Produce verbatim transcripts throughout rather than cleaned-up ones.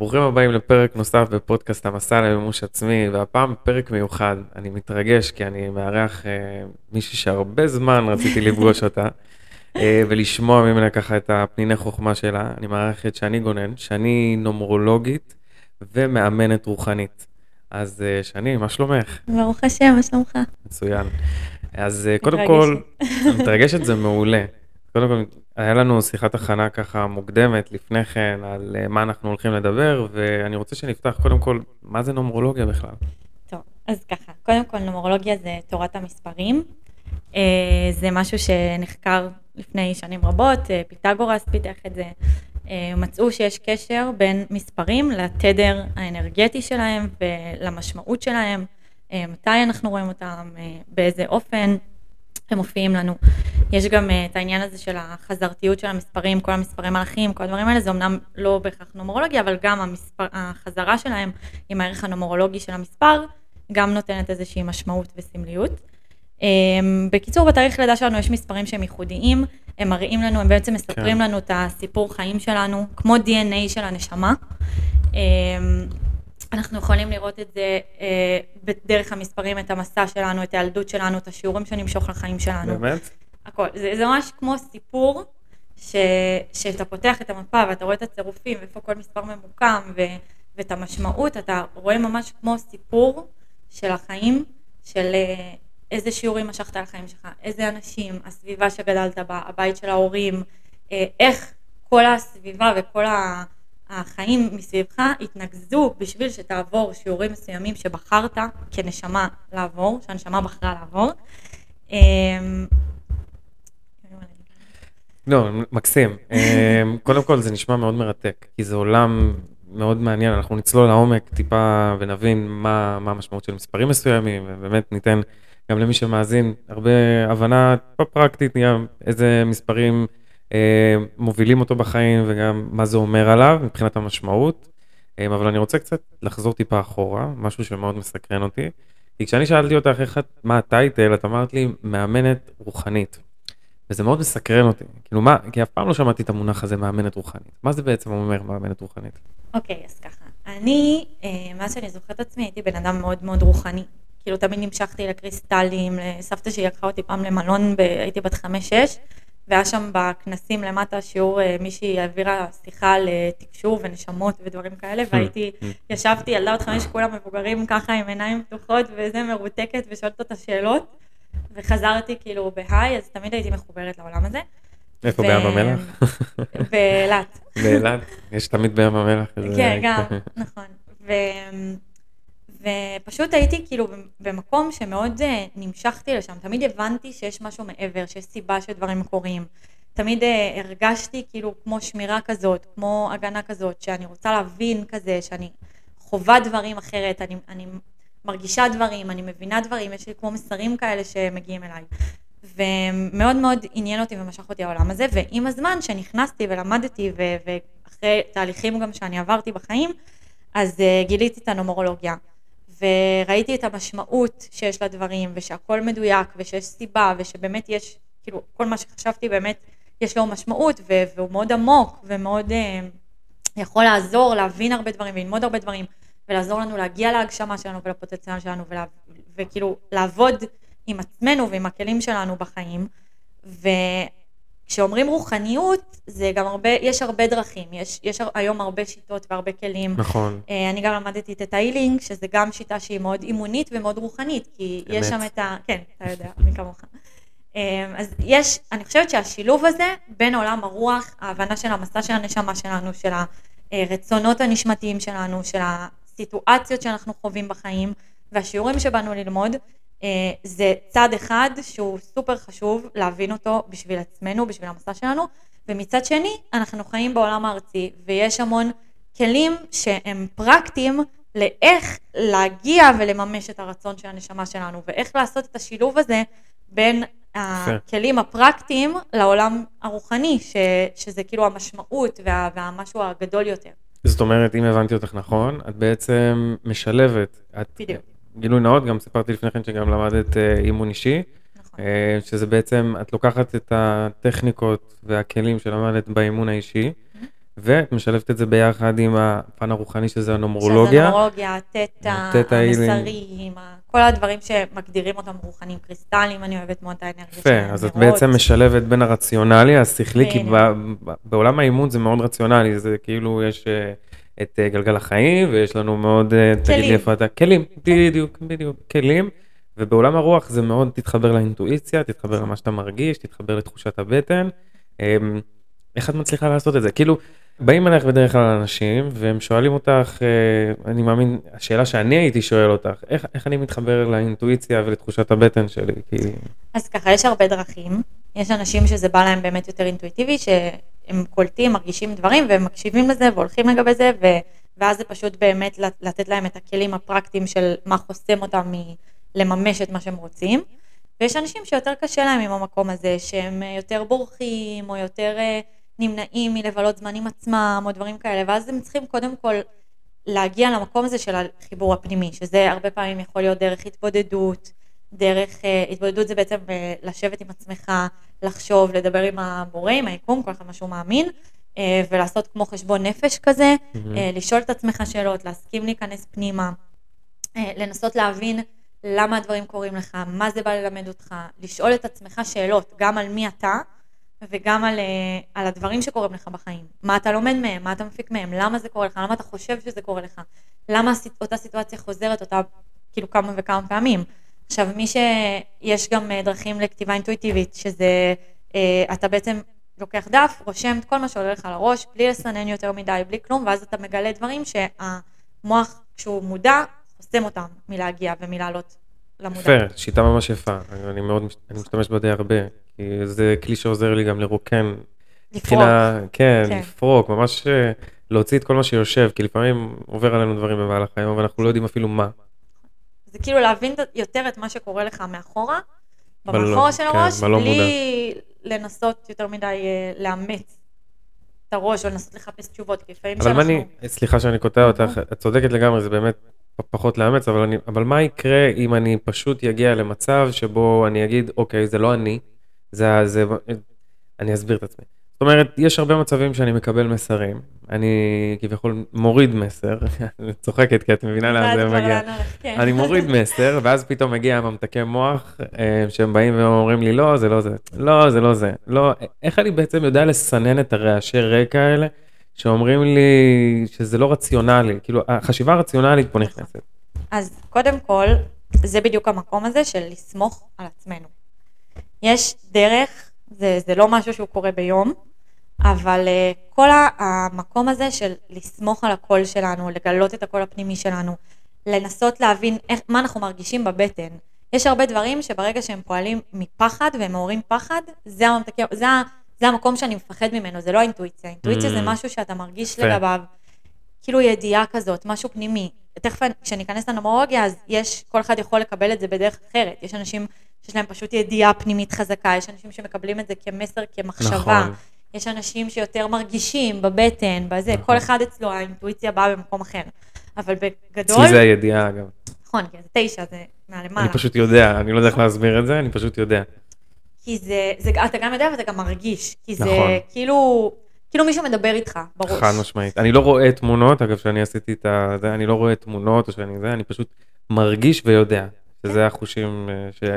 ברוכים הבאים לפרק נוסף בפודקאסט המסע למימוש עצמי, והפעם פרק מיוחד. אני מתרגש כי אני מארח אה, מישהי שהרבה זמן רציתי לפגוש אותה, אה, ולשמוע ממנה ככה את הפניני חוכמה שלה. אני מארח את שני גונן, שאני נומרולוגית ומאמנת רוחנית. אז אה, שני, מה שלומך? ברוך השם, מה שלומך? מצוין. אז אה, קודם כל, מתרגשת זה מעולה. קודם כל, היה לנו שיחת הכנה ככה מוקדמת לפני כן על uh, מה אנחנו הולכים לדבר, ואני רוצה שנפתח קודם כל, מה זה נומרולוגיה בכלל? טוב, אז ככה, קודם כל נומרולוגיה זה תורת המספרים, uh, זה משהו שנחקר לפני שנים רבות, uh, פיתגורס פיתח את זה, uh, מצאו שיש קשר בין מספרים לתדר האנרגטי שלהם ולמשמעות שלהם, uh, מתי אנחנו רואים אותם, uh, באיזה אופן הם מופיעים לנו. יש גם uh, את העניין הזה של החזרתיות של המספרים, כל המספרים מלאכיים, כל הדברים האלה, זה אמנם לא בהכרח נומרולוגיה, אבל גם המספר, החזרה שלהם עם הערך הנומרולוגי של המספר, גם נותנת איזושהי משמעות וסמליות. Um, בקיצור, בתאריך לידה שלנו יש מספרים שהם ייחודיים, הם מראים לנו, הם בעצם מספרים כן. לנו את הסיפור חיים שלנו, כמו די אן איי של הנשמה. Um, אנחנו יכולים לראות את זה אה, בדרך המספרים, את המסע שלנו, את הילדות שלנו, את השיעורים שנמשוך לחיים שלנו. באמת? הכל. זה, זה ממש כמו סיפור, ש, שאתה פותח את המפה ואתה רואה את הצירופים, ואיפה כל מספר ממוקם, ו, ואת המשמעות, אתה רואה ממש כמו סיפור של החיים, של אה, איזה שיעורים משכת על החיים שלך, איזה אנשים, הסביבה שגדלת בה, הבית של ההורים, אה, איך כל הסביבה וכל ה... החיים מסביבך התנגזו בשביל שתעבור שיעורים מסוימים שבחרת כנשמה לעבור, שהנשמה בחרה לעבור. לא, מקסים. קודם כל זה נשמע מאוד מרתק, כי זה עולם מאוד מעניין, אנחנו נצלול לעומק טיפה ונבין מה, מה המשמעות של מספרים מסוימים, ובאמת ניתן גם למי שמאזין הרבה הבנה פרקטית, גם איזה מספרים מובילים אותו בחיים וגם מה זה אומר עליו מבחינת המשמעות, אבל אני רוצה קצת לחזור טיפה אחורה, משהו שמאוד מסקרן אותי, כי כשאני שאלתי אותך איך, מה הטייטל, את אמרת לי מאמנת רוחנית, וזה מאוד מסקרן אותי, כאילו מה, כי אף פעם לא שמעתי את המונח הזה מאמנת רוחנית, מה זה בעצם אומר מאמנת רוחנית? אוקיי, אז ככה, אני, מה שאני זוכרת עצמי, הייתי בן אדם מאוד מאוד רוחני, כאילו תמיד נמשכתי לקריסטלים, לסבתא שהיא לקחה אותי פעם למלון, הייתי בת חמש שש, והיה שם בכנסים למטה שיעור, מישהי העבירה שיחה לתקשור ונשמות ודברים כאלה, והייתי, ישבתי ילדה עוד חמש כולם מבוגרים ככה עם עיניים פתוחות וזה מרותקת ושואלת אותה שאלות, וחזרתי כאילו בהיי, אז תמיד הייתי מחוברת לעולם הזה. איפה בים המלח? באילת. באילת, יש תמיד בים המלח. כן, גם, נכון. ופשוט הייתי כאילו במקום שמאוד נמשכתי לשם, תמיד הבנתי שיש משהו מעבר, שיש סיבה שדברים קורים, תמיד הרגשתי כאילו כמו שמירה כזאת, כמו הגנה כזאת, שאני רוצה להבין כזה, שאני חובה דברים אחרת, אני, אני מרגישה דברים, אני מבינה דברים, יש לי כמו מסרים כאלה שמגיעים אליי, ומאוד מאוד עניין אותי ומשך אותי העולם הזה, ועם הזמן שנכנסתי ולמדתי, ו- ואחרי תהליכים גם שאני עברתי בחיים, אז גיליתי את הנומרולוגיה, וראיתי את המשמעות שיש לדברים, ושהכל מדויק, ושיש סיבה, ושבאמת יש, כאילו, כל מה שחשבתי באמת יש לו משמעות, והוא מאוד עמוק, ומאוד יכול לעזור, להבין הרבה דברים, וללמוד הרבה דברים, ולעזור לנו להגיע להגשמה שלנו, ולפוטנציאל שלנו, וכאילו, לעבוד עם עצמנו, ועם הכלים שלנו בחיים, ו... כשאומרים רוחניות, זה גם הרבה, יש הרבה דרכים, יש, יש היום הרבה שיטות והרבה כלים. נכון. אני גם למדתי את הטיילינג, שזה גם שיטה שהיא מאוד אימונית ומאוד רוחנית, כי באמת. יש שם את ה... כן, אתה יודע, מי כמוך. אז יש, אני חושבת שהשילוב הזה, בין עולם הרוח, ההבנה של המסע של הנשמה שלנו, של הרצונות הנשמתיים שלנו, של הסיטואציות שאנחנו חווים בחיים, והשיעורים שבאנו ללמוד, זה צד אחד שהוא סופר חשוב להבין אותו בשביל עצמנו, בשביל המסע שלנו, ומצד שני אנחנו חיים בעולם הארצי, ויש המון כלים שהם פרקטיים לאיך להגיע ולממש את הרצון של הנשמה שלנו, ואיך לעשות את השילוב הזה בין הכלים הפרקטיים לעולם הרוחני, ש, שזה כאילו המשמעות וה, והמשהו הגדול יותר. זאת אומרת, אם הבנתי אותך נכון, את בעצם משלבת. את... בדיוק. גילוי נאות, גם סיפרתי לפני כן שגם למדת אימון אישי, נכון. שזה בעצם, את לוקחת את הטכניקות והכלים שלמדת באימון האישי, ואת משלבת את זה ביחד עם הפן הרוחני, שזה שזה הנומרולוגיה. נומרולוגיה, התטא, התטא הילינג. המסרים, ה- כל הדברים שמגדירים אותם רוחניים, קריסטלים, אני אוהבת מאוד את האנרגיה יפה, שלהם, אז את נרות. בעצם משלבת בין הרציונלי, השכלי, כי בדיוק. ב- ב- בעולם האימון זה מאוד רציונלי, זה כאילו יש אה, את אה, גלגל החיים, ויש לנו מאוד, אה, תגיד לי כלים. איפה אתה, כלים, בדיוק, בדיוק, כלים, ובעולם הרוח זה מאוד תתחבר לאינטואיציה, תתחבר למה שאתה מרגיש, תתחבר לתחושת הבטן. אמ, איך את מצליחה לעשות את זה? כאילו, באים אליך בדרך כלל אנשים, והם שואלים אותך, אה, אני מאמין, השאלה שאני הייתי שואל אותך, איך, איך אני מתחבר לאינטואיציה ולתחושת הבטן שלי? כי... אז ככה, יש הרבה דרכים. יש אנשים שזה בא להם באמת יותר אינטואיטיבי, שהם קולטים, מרגישים דברים, והם מקשיבים לזה והולכים לגבי זה, ו... ואז זה פשוט באמת לתת להם את הכלים הפרקטיים של מה חוסם אותם מלממש את מה שהם רוצים. ויש אנשים שיותר קשה להם עם המקום הזה, שהם יותר בורחים, או יותר נמנעים מלבלות זמן עם עצמם, או דברים כאלה, ואז הם צריכים קודם כל להגיע למקום הזה של החיבור הפנימי, שזה הרבה פעמים יכול להיות דרך התבודדות, דרך uh, התבודדות זה בעצם uh, לשבת עם עצמך, לחשוב, לדבר עם הבורא, עם היקום, כל אחד מה שהוא מאמין, uh, ולעשות כמו חשבון נפש כזה, mm-hmm. uh, לשאול את עצמך שאלות, להסכים להיכנס פנימה, uh, לנסות להבין למה הדברים קורים לך, מה זה בא ללמד אותך, לשאול את עצמך שאלות, גם על מי אתה, וגם על, uh, על הדברים שקורים לך בחיים, מה אתה לומד מהם, מה אתה מפיק מהם, למה זה קורה לך, למה אתה חושב שזה קורה לך, למה אותה סיטואציה חוזרת אותה כאילו כמה וכמה פעמים. עכשיו, מי שיש גם דרכים לכתיבה אינטואיטיבית, שזה, אה, אתה בעצם לוקח דף, רושם את כל מה שעולה לך לראש, בלי לסנן יותר מדי, בלי כלום, ואז אתה מגלה דברים שהמוח, כשהוא מודע, חוסם אותם מלהגיע ומלעלות למודע. פייר, שיטה ממש יפה, אני מאוד, אני משתמש בה די הרבה, כי זה כלי שעוזר לי גם לרוקן. לפרוק. תחילה, כן, כן. לפרוק, ממש להוציא את כל מה שיושב, כי לפעמים עובר עלינו דברים במהלך היום, ואנחנו לא יודעים אפילו מה. זה כאילו להבין יותר את מה שקורה לך מאחורה, בלא, במאחורה של כן, הראש, בלא בלי לנסות יותר מדי אה, לאמץ את הראש, או לנסות לחפש תשובות, כי לפעמים אבל שאנחנו... מה אני, סליחה שאני קוטע אותך, את צודקת לגמרי, זה באמת פחות לאמץ, אבל, אני, אבל מה יקרה אם אני פשוט יגיע למצב שבו אני אגיד, אוקיי, זה לא אני, זה, זה, אני אסביר את עצמי. זאת אומרת, יש הרבה מצבים שאני מקבל מסרים, אני כביכול מוריד מסר, אני צוחקת כי את מבינה לאן זה מגיע. אני מוריד מסר, ואז פתאום מגיע ממתקי מוח, שהם באים ואומרים לי, לא, זה לא זה, לא, זה לא זה, לא, איך אני בעצם יודע לסנן את הרעשי רקע האלה, שאומרים לי שזה לא רציונלי, כאילו, החשיבה הרציונלית פה נכנסת. אז קודם כל, זה בדיוק המקום הזה של לסמוך על עצמנו. יש דרך, זה, זה לא משהו שהוא קורה ביום, אבל uh, כל המקום הזה של לסמוך על הקול שלנו, לגלות את הקול הפנימי שלנו, לנסות להבין איך, מה אנחנו מרגישים בבטן. יש הרבה דברים שברגע שהם פועלים מפחד והם מעוררים פחד, זה, המתקי, זה, זה המקום שאני מפחד ממנו, זה לא האינטואיציה. האינטואיציה mm. זה משהו שאתה מרגיש לגביו, כאילו ידיעה כזאת, משהו פנימי. תכף כשניכנס לנומרולוגיה, אז יש, כל אחד יכול לקבל את זה בדרך אחרת. יש אנשים שיש להם פשוט ידיעה פנימית חזקה, יש אנשים שמקבלים את זה כמסר, כמחשבה. נכון. יש אנשים שיותר מרגישים בבטן, בזה, נכון. כל אחד אצלו, האינטואיציה באה במקום אחר. אבל בגדול... אצלי זה הידיעה, אגב. נכון, כי זה תשע, זה מעלמעלה. אני פשוט יודע, אני לא יודע איך להסביר את זה, אני פשוט יודע. כי זה, זה, אתה גם יודע ואתה גם מרגיש, כי זה נכון. כאילו... כאילו מישהו מדבר איתך בראש. חד משמעית. אני לא רואה תמונות, אגב, שאני עשיתי את זה, אני לא רואה תמונות או שאני זה, אני פשוט מרגיש ויודע, שזה החושים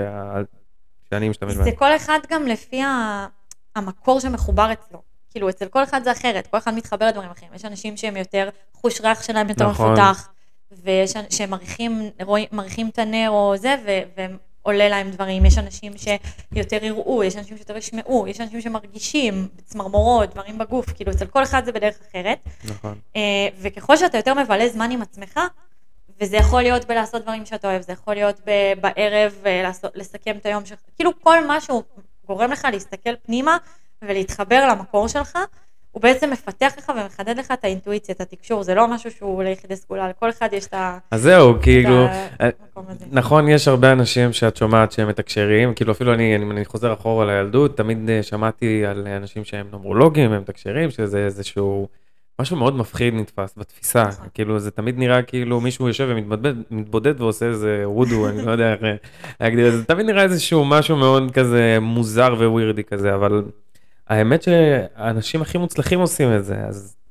שאני משתמש בהם. זה כל אחד גם לפי המקור שמחובר אצלו. כאילו, אצל כל אחד זה אחרת, כל אחד מתחבר לדברים אחרים. יש אנשים שהם יותר, חוש ריח שלהם יותר מפותח, ושהם מריחים את הנר או זה, והם עולה להם דברים, יש אנשים שיותר יראו, יש אנשים שיותר ישמעו, יש אנשים שמרגישים צמרמורות, דברים בגוף, כאילו אצל כל אחד זה בדרך אחרת. נכון. וככל שאתה יותר מבלה זמן עם עצמך, וזה יכול להיות בלעשות דברים שאתה אוהב, זה יכול להיות בערב לסכם את היום שלך, כאילו כל משהו גורם לך להסתכל פנימה ולהתחבר למקור שלך, הוא בעצם מפתח לך ומחדד לך את האינטואיציה, את התקשור, זה לא משהו שהוא ליחידי סגולה, לכל אחד יש את המקום הזה. אז זהו, כאילו, נכון, יש הרבה אנשים שאת שומעת שהם מתקשרים, כאילו אפילו אני, אני חוזר אחורה לילדות, תמיד שמעתי על אנשים שהם נומרולוגים, הם מתקשרים, שזה איזשהו, משהו מאוד מפחיד נתפס בתפיסה, כאילו זה תמיד נראה כאילו מישהו יושב ומתבודד ועושה איזה וודו, אני לא יודע איך להגדיר את זה, תמיד נראה איזשהו משהו מאוד כזה מוזר ווירדי כזה, אבל האמת שהאנשים הכי מוצלחים עושים את זה, אז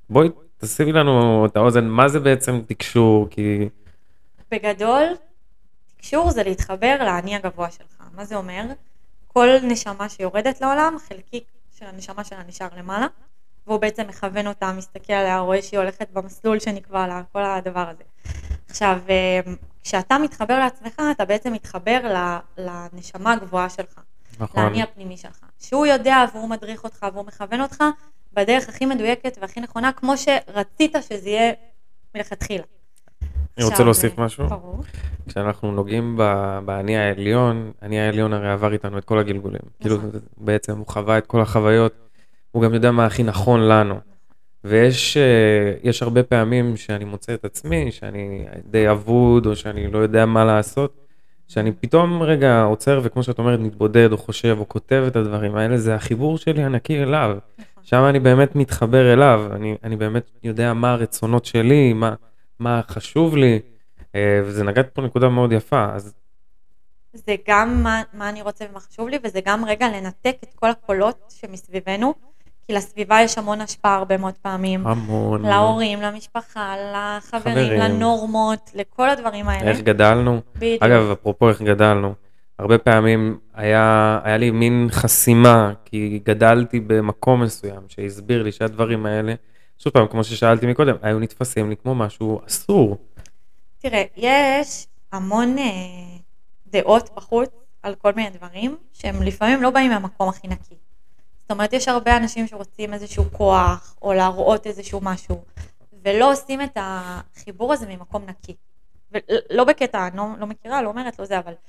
בואי תשימי לנו את האוזן, מה זה בעצם תקשור, כי... בגדול, תקשור זה להתחבר לאני הגבוה שלך. מה זה אומר? כל נשמה שיורדת לעולם, חלקיק של הנשמה שלה נשאר למעלה, והוא בעצם מכוון אותה, מסתכל עליה, רואה שהיא הולכת במסלול שנקבע לה, כל הדבר הזה. עכשיו, כשאתה מתחבר לעצמך, אתה בעצם מתחבר לנשמה הגבוהה שלך, נכון. לאני הפנימי שלך. שהוא יודע והוא מדריך אותך והוא מכוון אותך בדרך הכי מדויקת והכי נכונה, כמו שרצית שזה יהיה מלכתחילה. אני רוצה להוסיף משהו. ברור. כשאנחנו נוגעים באני העליון, אני העליון הרי עבר איתנו את כל הגלגולים. כאילו בעצם הוא חווה את כל החוויות, הוא גם יודע מה הכי נכון לנו. ויש יש הרבה פעמים שאני מוצא את עצמי, שאני די אבוד, או שאני לא יודע מה לעשות, שאני פתאום רגע עוצר, וכמו שאת אומרת, מתבודד, או חושב, או כותב את הדברים האלה, זה החיבור שלי הנקי אליו. שם אני באמת מתחבר אליו, אני, אני באמת יודע מה הרצונות שלי, מה, מה חשוב לי, וזה נגעת פה נקודה מאוד יפה. אז... זה גם מה, מה אני רוצה ומה חשוב לי, וזה גם רגע לנתק את כל הקולות שמסביבנו, כי לסביבה יש המון השפעה הרבה מאוד פעמים. המון. להורים, למשפחה, לחברים, חברים. לנורמות, לכל הדברים האלה. איך גדלנו. בדיוק. אגב, אפרופו איך גדלנו, הרבה פעמים היה, היה לי מין חסימה, כי גדלתי במקום מסוים, שהסביר לי שהדברים האלה, שוב פעם, כמו ששאלתי מקודם, היו נתפסים לי כמו משהו אסור. תראה, יש המון אה, דעות בחוץ על כל מיני דברים, שהם לפעמים לא באים מהמקום הכי נקי. זאת אומרת, יש הרבה אנשים שרוצים איזשהו כוח, או להראות איזשהו משהו, ולא עושים את החיבור הזה ממקום נקי. ולא בקטע, אני לא, לא מכירה, לא אומרת לו זה, אבל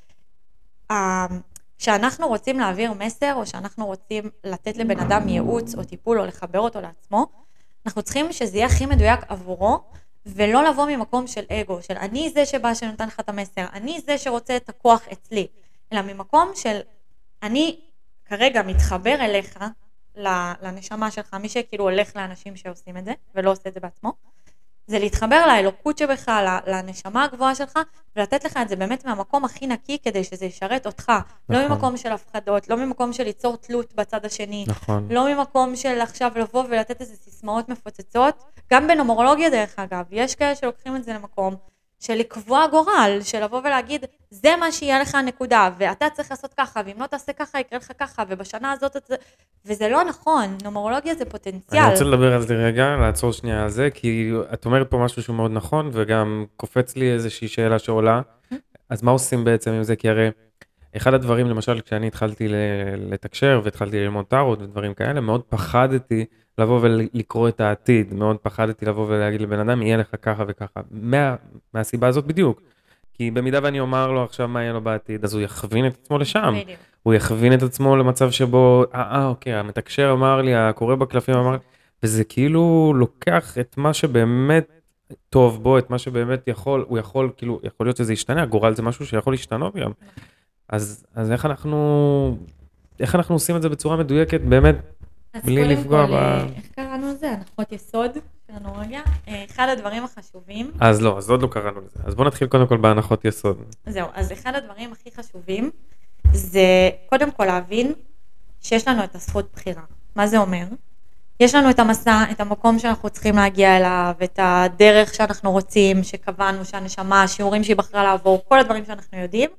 כשאנחנו רוצים להעביר מסר, או שאנחנו רוצים לתת לבן אדם ייעוץ, או טיפול, או לחבר אותו לעצמו, אנחנו צריכים שזה יהיה הכי מדויק עבורו, ולא לבוא ממקום של אגו, של אני זה שבא שנותן לך את המסר, אני זה שרוצה את הכוח אצלי, אלא ממקום של אני כרגע מתחבר אליך, לנשמה שלך, מי שכאילו הולך לאנשים שעושים את זה, ולא עושה את זה בעצמו, זה להתחבר לאלוקות שבך, לנשמה הגבוהה שלך, ולתת לך את זה באמת מהמקום הכי נקי, כדי שזה ישרת אותך, נכון. לא ממקום של הפחדות, לא ממקום של ליצור תלות בצד השני, נכון. לא ממקום של עכשיו לבוא ולתת איזה סיסמאות מפוצצות, גם בנומרולוגיה דרך אגב, יש כאלה שלוקחים את זה למקום, של לקבוע גורל, של לבוא ולהגיד, זה מה שיהיה לך נקודה, ואתה צריך לעשות ככה, ואם לא תעשה ככה, יקרה לך ככה, ובשנה הזאת, וזה לא נכון, נומרולוגיה זה פוטנציאל. אני רוצה לדבר על זה רגע, לעצור שנייה על זה, כי את אומרת פה משהו שהוא מאוד נכון, וגם קופץ לי איזושהי שאלה שעולה, אז מה עושים בעצם עם זה? כי הרי, אחד הדברים, למשל, כשאני התחלתי לתקשר, והתחלתי ללמוד טארוט ודברים כאלה, מאוד פחדתי לבוא ולקרוא את העתיד, מאוד פחדתי לבוא ולהגיד לבן אדם, יהיה לך ככה וככה, מה, מהסיבה הזאת בדיוק. כי במידה ואני אומר לו עכשיו מה יהיה לו בעתיד, אז הוא יכווין את עצמו לשם. בדיוק. הוא יכווין את עצמו למצב שבו, אה, אה, אוקיי, המתקשר אמר לי, הקורא בקלפים אמר לי, וזה כאילו לוקח את מה שבאמת טוב בו, את מה שבאמת יכול, הוא יכול, כאילו, יכול להיות שזה ישתנה, הגורל זה משהו שיכול להשתנות גם. אז, אז איך אנחנו, איך אנחנו עושים את זה בצורה מדויקת, באמת, בלי לפגוע ב... איך קראנו לזה? הנחות יסוד שלנו רגע. אחד הדברים החשובים... אז לא, אז עוד לא קראנו לזה. אז בואו נתחיל קודם כל בהנחות יסוד. זהו, אז אחד הדברים הכי חשובים, זה קודם כל להבין שיש לנו את הזכות בחירה. מה זה אומר? יש לנו את המסע, את המקום שאנחנו צריכים להגיע אליו, את הדרך שאנחנו רוצים, שקבענו, שהנשמה, השיעורים שהיא בחרה לעבור, כל הדברים שאנחנו יודעים.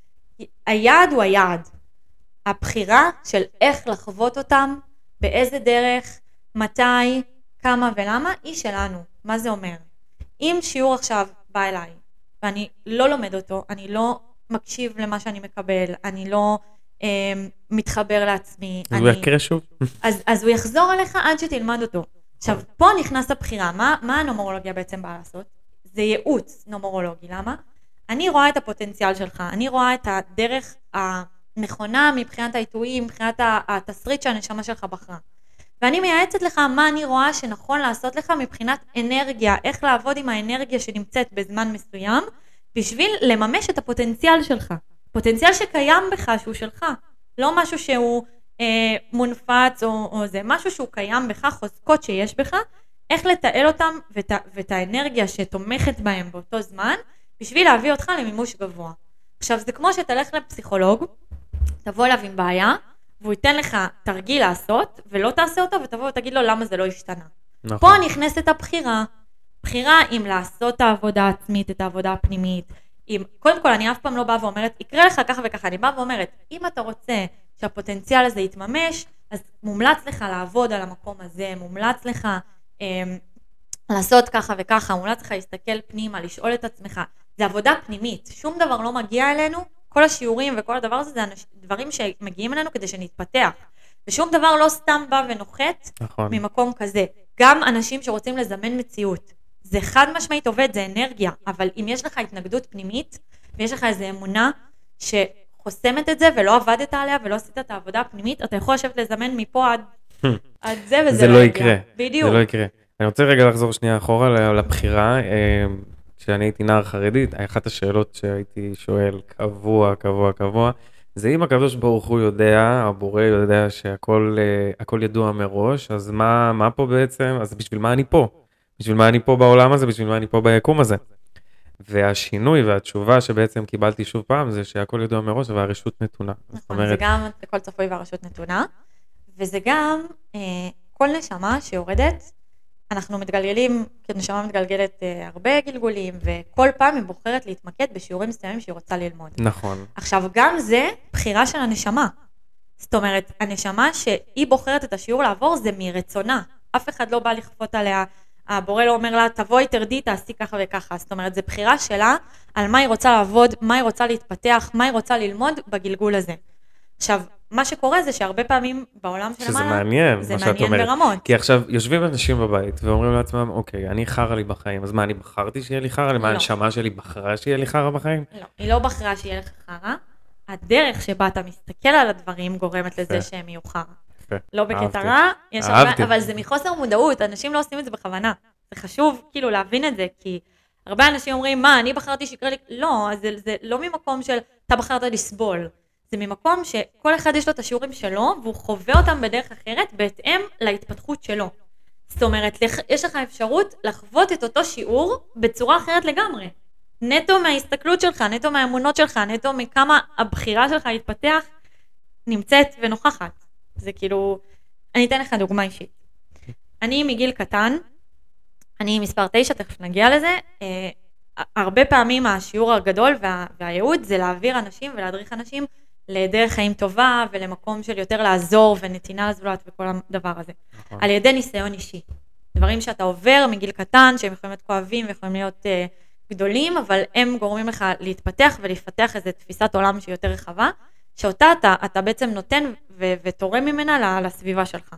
היעד הוא היעד. הבחירה של איך לחוות אותם, באיזה דרך, מתי, כמה ולמה, היא שלנו. מה זה אומר? אם שיעור עכשיו בא אליי, ואני לא לומד אותו, אני לא מקשיב למה שאני מקבל, אני לא אה, מתחבר לעצמי. אז הוא יקרה שוב. אז, אז הוא יחזור אליך עד שתלמד אותו. עכשיו, פה נכנס הבחירה. מה, מה הנומרולוגיה בעצם באה לעשות? זה ייעוץ נומרולוגי. למה? אני רואה את הפוטנציאל שלך, אני רואה את הדרך הנכונה מבחינת העיתויים, מבחינת התסריט שהנשמה שלך בחרה. ואני מייעצת לך מה אני רואה שנכון לעשות לך מבחינת אנרגיה, איך לעבוד עם האנרגיה שנמצאת בזמן מסוים, בשביל לממש את הפוטנציאל שלך. פוטנציאל שקיים בך, שהוא שלך, לא משהו שהוא אה, מונפץ או, או זה, משהו שהוא קיים בך, חוזקות שיש בך, איך לתעל אותם ואת, ואת האנרגיה שתומכת בהם באותו זמן, בשביל להביא אותך למימוש גבוה. עכשיו, זה כמו שתלך לפסיכולוג, תבוא אליו עם בעיה, והוא ייתן לך תרגיל לעשות, ולא תעשה אותו, ותבוא ותגיד לו למה זה לא השתנה. נכון. פה נכנסת הבחירה, בחירה אם לעשות את העבודה העצמית, את העבודה הפנימית, אם, קודם כל אני אף פעם לא באה ואומרת, יקרה לך ככה וככה, אני באה ואומרת, אם אתה רוצה שהפוטנציאל הזה יתממש, אז מומלץ לך לעבוד על המקום הזה, מומלץ לך אה, לעשות ככה וככה, מומלץ לך להסתכל פנימה, לשאול את עצמך, זה עבודה פנימית, שום דבר לא מגיע אלינו, כל השיעורים וכל הדבר הזה, זה דברים שמגיעים אלינו כדי שנתפתח, ושום דבר לא סתם בא ונוחת נכון. ממקום כזה, גם אנשים שרוצים לזמן מציאות, זה חד משמעית עובד, זה אנרגיה, אבל אם יש לך התנגדות פנימית, ויש לך איזו אמונה שחוסמת את זה, ולא עבדת עליה, ולא עשית את העבודה הפנימית, אתה יכול לשבת לזמן מפה עד, עד זה, וזה זה לא לא יגיע. יקרה. בדיוק. זה לא יקרה. אני רוצה רגע לחזור שנייה אחורה לבחירה. כשאני הייתי נער חרדית, אחת השאלות שהייתי שואל קבוע, קבוע, קבוע, זה אם הקדוש ברוך הוא יודע, הבורא יודע שהכל הכל ידוע מראש, אז מה, מה פה בעצם? אז בשביל מה אני פה? בשביל מה אני פה בעולם הזה? בשביל מה אני פה ביקום הזה? והשינוי והתשובה שבעצם קיבלתי שוב פעם, זה שהכל ידוע מראש והרשות נתונה. נכון, אומרת... זה גם הכל צפוי והרשות נתונה, וזה גם אה, כל נשמה שיורדת, אנחנו מתגלגלים, כנשמה מתגלגלת אה, הרבה גלגולים, וכל פעם היא בוחרת להתמקד בשיעורים מסוימים שהיא רוצה ללמוד. נכון. עכשיו, גם זה בחירה של הנשמה. זאת אומרת, הנשמה שהיא בוחרת את השיעור לעבור, זה מרצונה. אף אחד לא בא לכפות עליה, הבורא לא אומר לה, תבואי תרדי, תעשי ככה וככה. זאת אומרת, זו בחירה שלה על מה היא רוצה לעבוד, מה היא רוצה להתפתח, מה היא רוצה ללמוד בגלגול הזה. עכשיו, מה שקורה זה שהרבה פעמים בעולם של שזה המעלה, מעניין, זה מה שאת מעניין אומרת. ברמות. כי עכשיו יושבים אנשים בבית ואומרים לעצמם, אוקיי, אני חרה לי בחיים, אז מה, אני בחרתי שיהיה לי חרה? מה, לא. הנשמה שלי בחרה שיהיה לי חרה בחיים? לא, היא לא בחרה שיהיה לך חרה. הדרך שבה אתה מסתכל על הדברים גורמת לזה שהם יהיו חרה. לא בקטע רע, יש הרבה, אבל זה מחוסר מודעות, אנשים לא עושים את זה בכוונה. זה חשוב כאילו להבין את זה, כי הרבה אנשים אומרים, מה, אני בחרתי שיקרה לי, לא, זה, זה לא ממקום של, אתה בחרת לסבול, זה ממקום שכל אחד יש לו את השיעורים שלו, והוא חווה אותם בדרך אחרת, בהתאם להתפתחות שלו. זאת אומרת, יש לך אפשרות לחוות את אותו שיעור, בצורה אחרת לגמרי. נטו מההסתכלות שלך, נטו מהאמונות שלך, נטו מכמה הבחירה שלך להתפתח, נמצאת ונוכחת. זה כאילו, אני אתן לך דוגמה אישית. אני מגיל קטן, אני מספר תשע, תכף נגיע לזה, אה, הרבה פעמים השיעור הגדול וה, והייעוד זה להעביר אנשים ולהדריך אנשים לדרך חיים טובה ולמקום של יותר לעזור ונתינה לזולת וכל הדבר הזה. נכון. על ידי ניסיון אישי. דברים שאתה עובר מגיל קטן, שהם יכולים להיות כואבים ויכולים להיות אה, גדולים, אבל הם גורמים לך להתפתח ולפתח איזו תפיסת עולם שהיא יותר רחבה, שאותה אתה, אתה בעצם נותן ו- ותורם ממנה לסביבה שלך,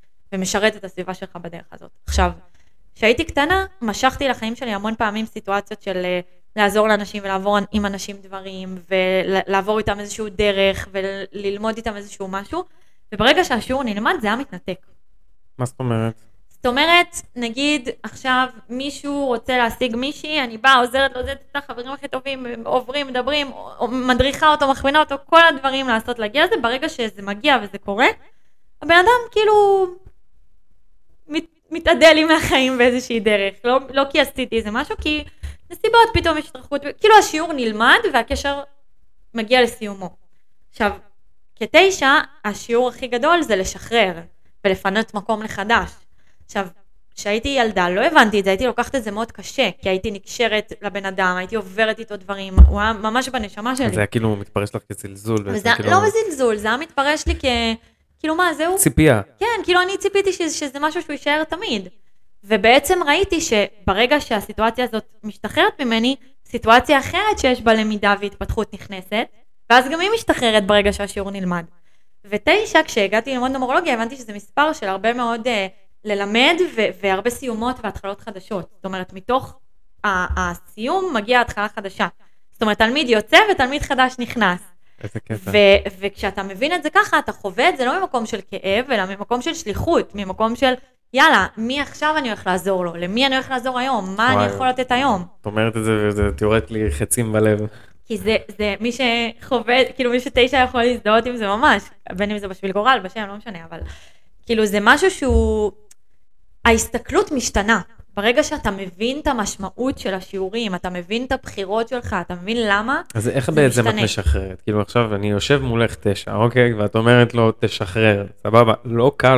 ומשרת את הסביבה שלך בדרך הזאת. עכשיו, כשהייתי קטנה, משכתי לחיים שלי המון פעמים סיטואציות של לעזור לאנשים ולעבור עם אנשים דברים, ולעבור איתם איזשהו דרך, וללמוד איתם איזשהו משהו, וברגע שהשיעור נלמד, זה היה מתנתק. מה זאת אומרת? זאת אומרת, נגיד, עכשיו מישהו רוצה להשיג מישהי, אני באה, עוזרת לו, עוזרת את החברים הכי טובים, עוברים, מדברים, מדריכה אותו, מכווינה אותו, כל הדברים לעשות להגיע לזה, ברגע שזה מגיע וזה קורה, הבן אדם כאילו מת, מתעדל לי מהחיים באיזושהי דרך, לא, לא כי עשיתי איזה משהו, כי נסיבות פתאום יש התרחקות, כאילו השיעור נלמד והקשר מגיע לסיומו. עכשיו, כתשע, השיעור הכי גדול זה לשחרר ולפנות מקום לחדש. עכשיו, כשהייתי ילדה, לא הבנתי את זה, הייתי לוקחת את זה מאוד קשה, כי הייתי נקשרת לבן אדם, הייתי עוברת איתו דברים, הוא היה ממש בנשמה שלי. זה היה כאילו מתפרש לך כזלזול. וזה כאילו... לא בזלזול, זה היה מתפרש לי כ... כאילו מה, זהו? ציפייה. כן, כאילו אני ציפיתי שזה, שזה משהו שהוא יישאר תמיד. ובעצם ראיתי שברגע שהסיטואציה הזאת משתחררת ממני, סיטואציה אחרת שיש בה למידה והתפתחות נכנסת, ואז גם היא משתחררת ברגע שהשיעור נלמד. ותשע, כשהגעתי ללמוד נומרולוגיה, הבנתי שזה מספר של הרבה מאוד... ללמד ו- והרבה סיומות והתחלות חדשות. זאת אומרת, מתוך הסיום מגיעה התחלה חדשה. זאת אומרת, תלמיד יוצא ותלמיד חדש נכנס. איזה קטע. ו- וכשאתה מבין את זה ככה, אתה חווה את זה לא ממקום של כאב, אלא ממקום של שליחות, ממקום של, יאללה, מי עכשיו אני הולך לעזור לו? למי אני הולך לעזור היום? מה וואי, אני יכול לתת היום? את אומרת את זה וזה תיאורת לי חצים בלב. כי זה, זה מי שחווה, כאילו מי שתשע יכול להזדהות עם זה ממש, בין אם זה בשביל גורל, בשם, לא משנה, אבל כאילו זה משהו שהוא ההסתכלות משתנה. ברגע שאתה מבין את המשמעות של השיעורים, אתה מבין את הבחירות שלך, אתה מבין למה, אז איך בעצם את משחררת? כאילו עכשיו אני יושב מולך תשע, אוקיי? ואת אומרת לו, תשחרר, סבבה, לא קל לו.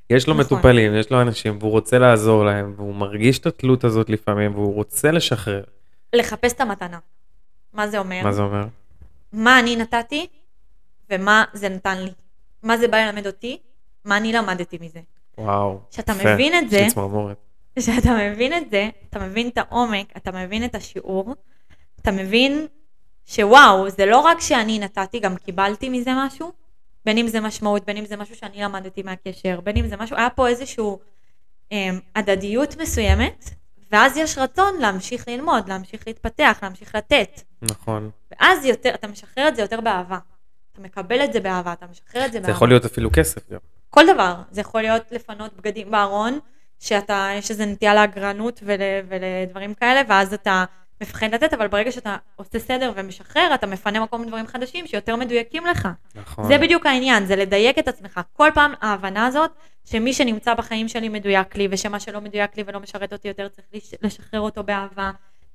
יש לו נכון. מטופלים, יש לו אנשים, והוא רוצה לעזור להם, והוא מרגיש את התלות הזאת לפעמים, והוא רוצה לשחרר. לחפש את המתנה. מה זה אומר? מה זה אומר? מה אני נתתי, ומה זה נתן לי. מה זה בא ללמד אותי, מה אני למדתי מזה. וואו. כשאתה מבין את זה, יש לי צמרמורת. כשאתה מבין את זה, אתה מבין את העומק, אתה מבין את השיעור, אתה מבין שוואו, זה לא רק שאני נתתי, גם קיבלתי מזה משהו, בין אם זה משמעות, בין אם זה משהו שאני למדתי מהקשר, בין אם זה משהו, היה פה איזשהו אה, הדדיות מסוימת, ואז יש רצון להמשיך ללמוד, להמשיך להתפתח, להמשיך לתת. נכון. ואז יותר, אתה משחרר את זה יותר באהבה. אתה מקבל את זה באהבה, אתה משחרר את זה באהבה. זה יכול להיות אפילו כסף גם. כל דבר. זה יכול להיות לפנות בגדים בארון, שאתה, יש איזו נטייה לאגרנות ול, ולדברים כאלה, ואז אתה מפחד לתת, אבל ברגע שאתה עושה סדר ומשחרר, אתה מפנה מקום לדברים חדשים שיותר מדויקים לך. נכון. זה בדיוק העניין, זה לדייק את עצמך. כל פעם ההבנה הזאת, שמי שנמצא בחיים שלי מדויק לי, ושמה שלא מדויק לי ולא משרת אותי יותר, צריך לשחרר אותו באהבה.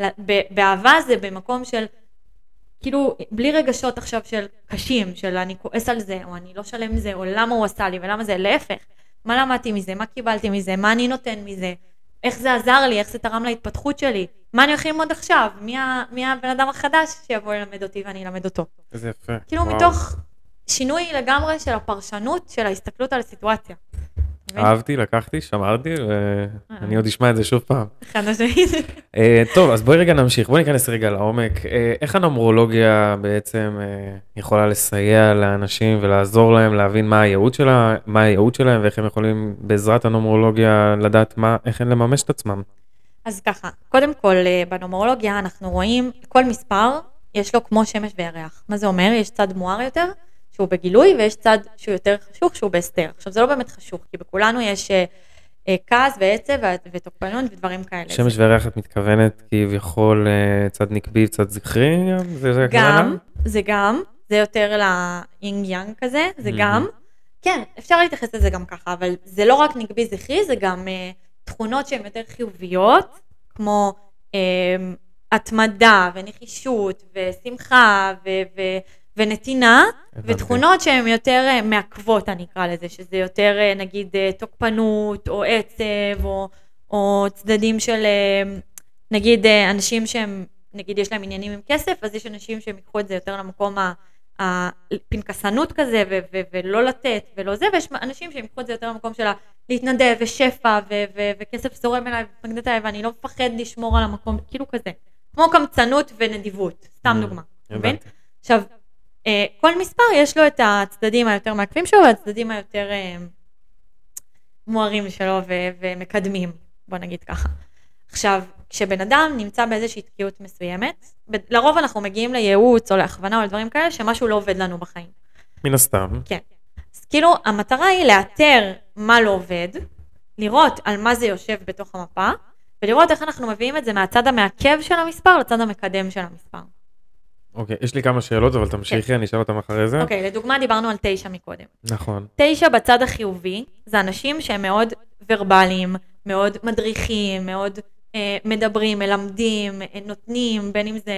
באהבה זה במקום של, כאילו, בלי רגשות עכשיו של קשים, של אני כועס על זה, או אני לא שלם מזה, או למה הוא עשה לי, ולמה זה, להפך. מה למדתי מזה, מה קיבלתי מזה, מה אני נותן מזה, איך זה עזר לי, איך זה תרם להתפתחות שלי, מה אני הולך ללמוד עכשיו, מי, ה, מי הבן אדם החדש שיבוא ללמד אותי ואני אלמד אותו. איזה יפה. כאילו וואו. מתוך שינוי לגמרי של הפרשנות, של ההסתכלות על הסיטואציה. אהבתי, לקחתי, שמרתי, ואני עוד אשמע את זה שוב פעם. חד משמעית. טוב, אז בואי רגע נמשיך, בואי ניכנס רגע לעומק. איך הנומרולוגיה בעצם יכולה לסייע לאנשים ולעזור להם להבין מה הייעוד שלה, מה הייעוד שלהם, ואיך הם יכולים בעזרת הנומרולוגיה לדעת מה, איך הם לממש את עצמם? אז ככה, קודם כל בנומרולוגיה אנחנו רואים כל מספר, יש לו כמו שמש וירח. מה זה אומר? יש צד מואר יותר, שהוא בגילוי, ויש צד שהוא יותר חשוך, שהוא בהסתר. עכשיו, זה לא באמת חשוך, כי בכולנו יש אה, כעס ועצב ותוקפנות ודברים כאלה. שמש וירח את מתכוונת כביכול אה, צד נקבי, צד זכרי? זה, זה גם, זה גם, זה יותר לאינג יאנג כזה, זה גם. כן, אפשר להתייחס לזה גם ככה, אבל זה לא רק נקבי זכרי, זה גם אה, תכונות שהן יותר חיוביות, כמו אה, התמדה ונחישות ושמחה ו... ו ונתינה, ותכונות שהן יותר מעכבות, אני אקרא לזה, שזה יותר, נגיד, תוקפנות, או עצב, או, או צדדים של, נגיד, אנשים שהם, נגיד, יש להם עניינים עם כסף, אז יש אנשים שהם יקחו את זה יותר למקום הפנקסנות כזה, ו- ו- ולא לתת, ולא זה, ויש אנשים שהם יקחו את זה יותר למקום של להתנדב, ושפע, ו- ו- וכסף זורם אליי, ומגנט אליי, ואני לא מפחד לשמור על המקום, כאילו כזה. כמו קמצנות ונדיבות, סתם דוגמה. מבין? עכשיו, כל מספר יש לו את הצדדים היותר מעקבים שלו, והצדדים היותר מוארים שלו ו- ומקדמים, בוא נגיד ככה. עכשיו, כשבן אדם נמצא באיזושהי תקיעות מסוימת, לרוב אנחנו מגיעים לייעוץ או להכוונה או לדברים כאלה, שמשהו לא עובד לנו בחיים. מן הסתם. כן. אז כאילו, המטרה היא לאתר מה לא עובד, לראות על מה זה יושב בתוך המפה, ולראות איך אנחנו מביאים את זה מהצד המעכב של המספר לצד המקדם של המספר. אוקיי, יש לי כמה שאלות, אבל תמשיכי, אני אשאל אותם אחרי זה. אוקיי, לדוגמה דיברנו על תשע מקודם. נכון. תשע בצד החיובי, זה אנשים שהם מאוד ורבליים, מאוד מדריכים, מאוד אה, מדברים, מלמדים, אה, נותנים, בין אם זה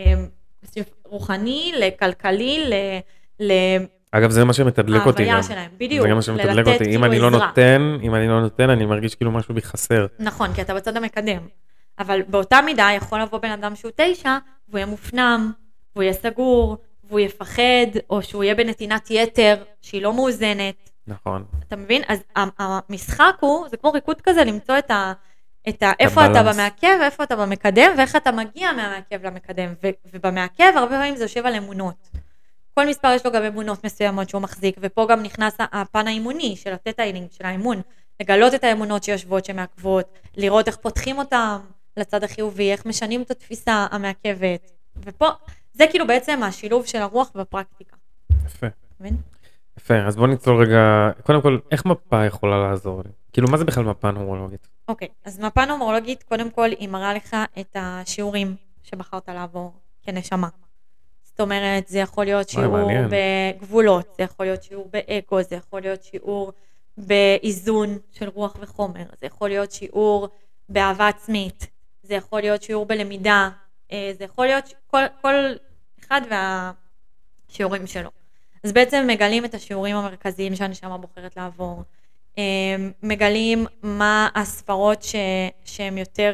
אה, רוחני, לכלכלי, ל... ל אגב, זה מה שמתדלק אותי גם. ההוויה שלהם, בדיוק. זה גם מה שמתדלק אותי. אם אני לא נותן, אם אני לא נותן, אני מרגיש כאילו משהו בי חסר. נכון, כי אתה בצד המקדם. אבל באותה מידה יכול לבוא בן אדם שהוא תשע, והוא יהיה מופנם, והוא יהיה סגור, והוא יפחד, או שהוא יהיה בנתינת יתר, שהיא לא מאוזנת. נכון. אתה מבין? אז המשחק הוא, זה כמו ריקוד כזה, למצוא את ה... את ה... איפה אתה במעכב, איפה אתה במקדם, ואיך אתה מגיע מהמעכב למקדם. ו... ובמעכב, הרבה פעמים זה יושב על אמונות. כל מספר יש לו גם אמונות מסוימות שהוא מחזיק, ופה גם נכנס הפן האימוני של הטטאילינג, של האמון. לגלות את האמונות שיושבות, שמעכבות, לראות איך פותחים אותם לצד החיובי, איך משנים את התפיסה המעכבת. ופה, זה כאילו בעצם השילוב של הרוח בפרקטיקה. יפה. מבין? יפה, אז בוא נצלול רגע, קודם כל, איך מפה יכולה לעזור לי? כאילו, מה זה בכלל מפה נומרולוגית? אוקיי, אז מפה נומרולוגית, קודם כל, היא מראה לך את השיעורים שבחרת לעבור כנשמה. זאת אומרת, זה יכול להיות שיעור בגבולות, זה יכול להיות שיעור באגו, זה יכול להיות שיעור באיזון של רוח וחומר, זה יכול להיות שיעור באהבה עצמית, זה יכול להיות שיעור בלמידה, זה יכול להיות כל, כל אחד והשיעורים שלו. אז בעצם מגלים את השיעורים המרכזיים שהנשמה בוחרת לעבור. מגלים מה הספרות שהן יותר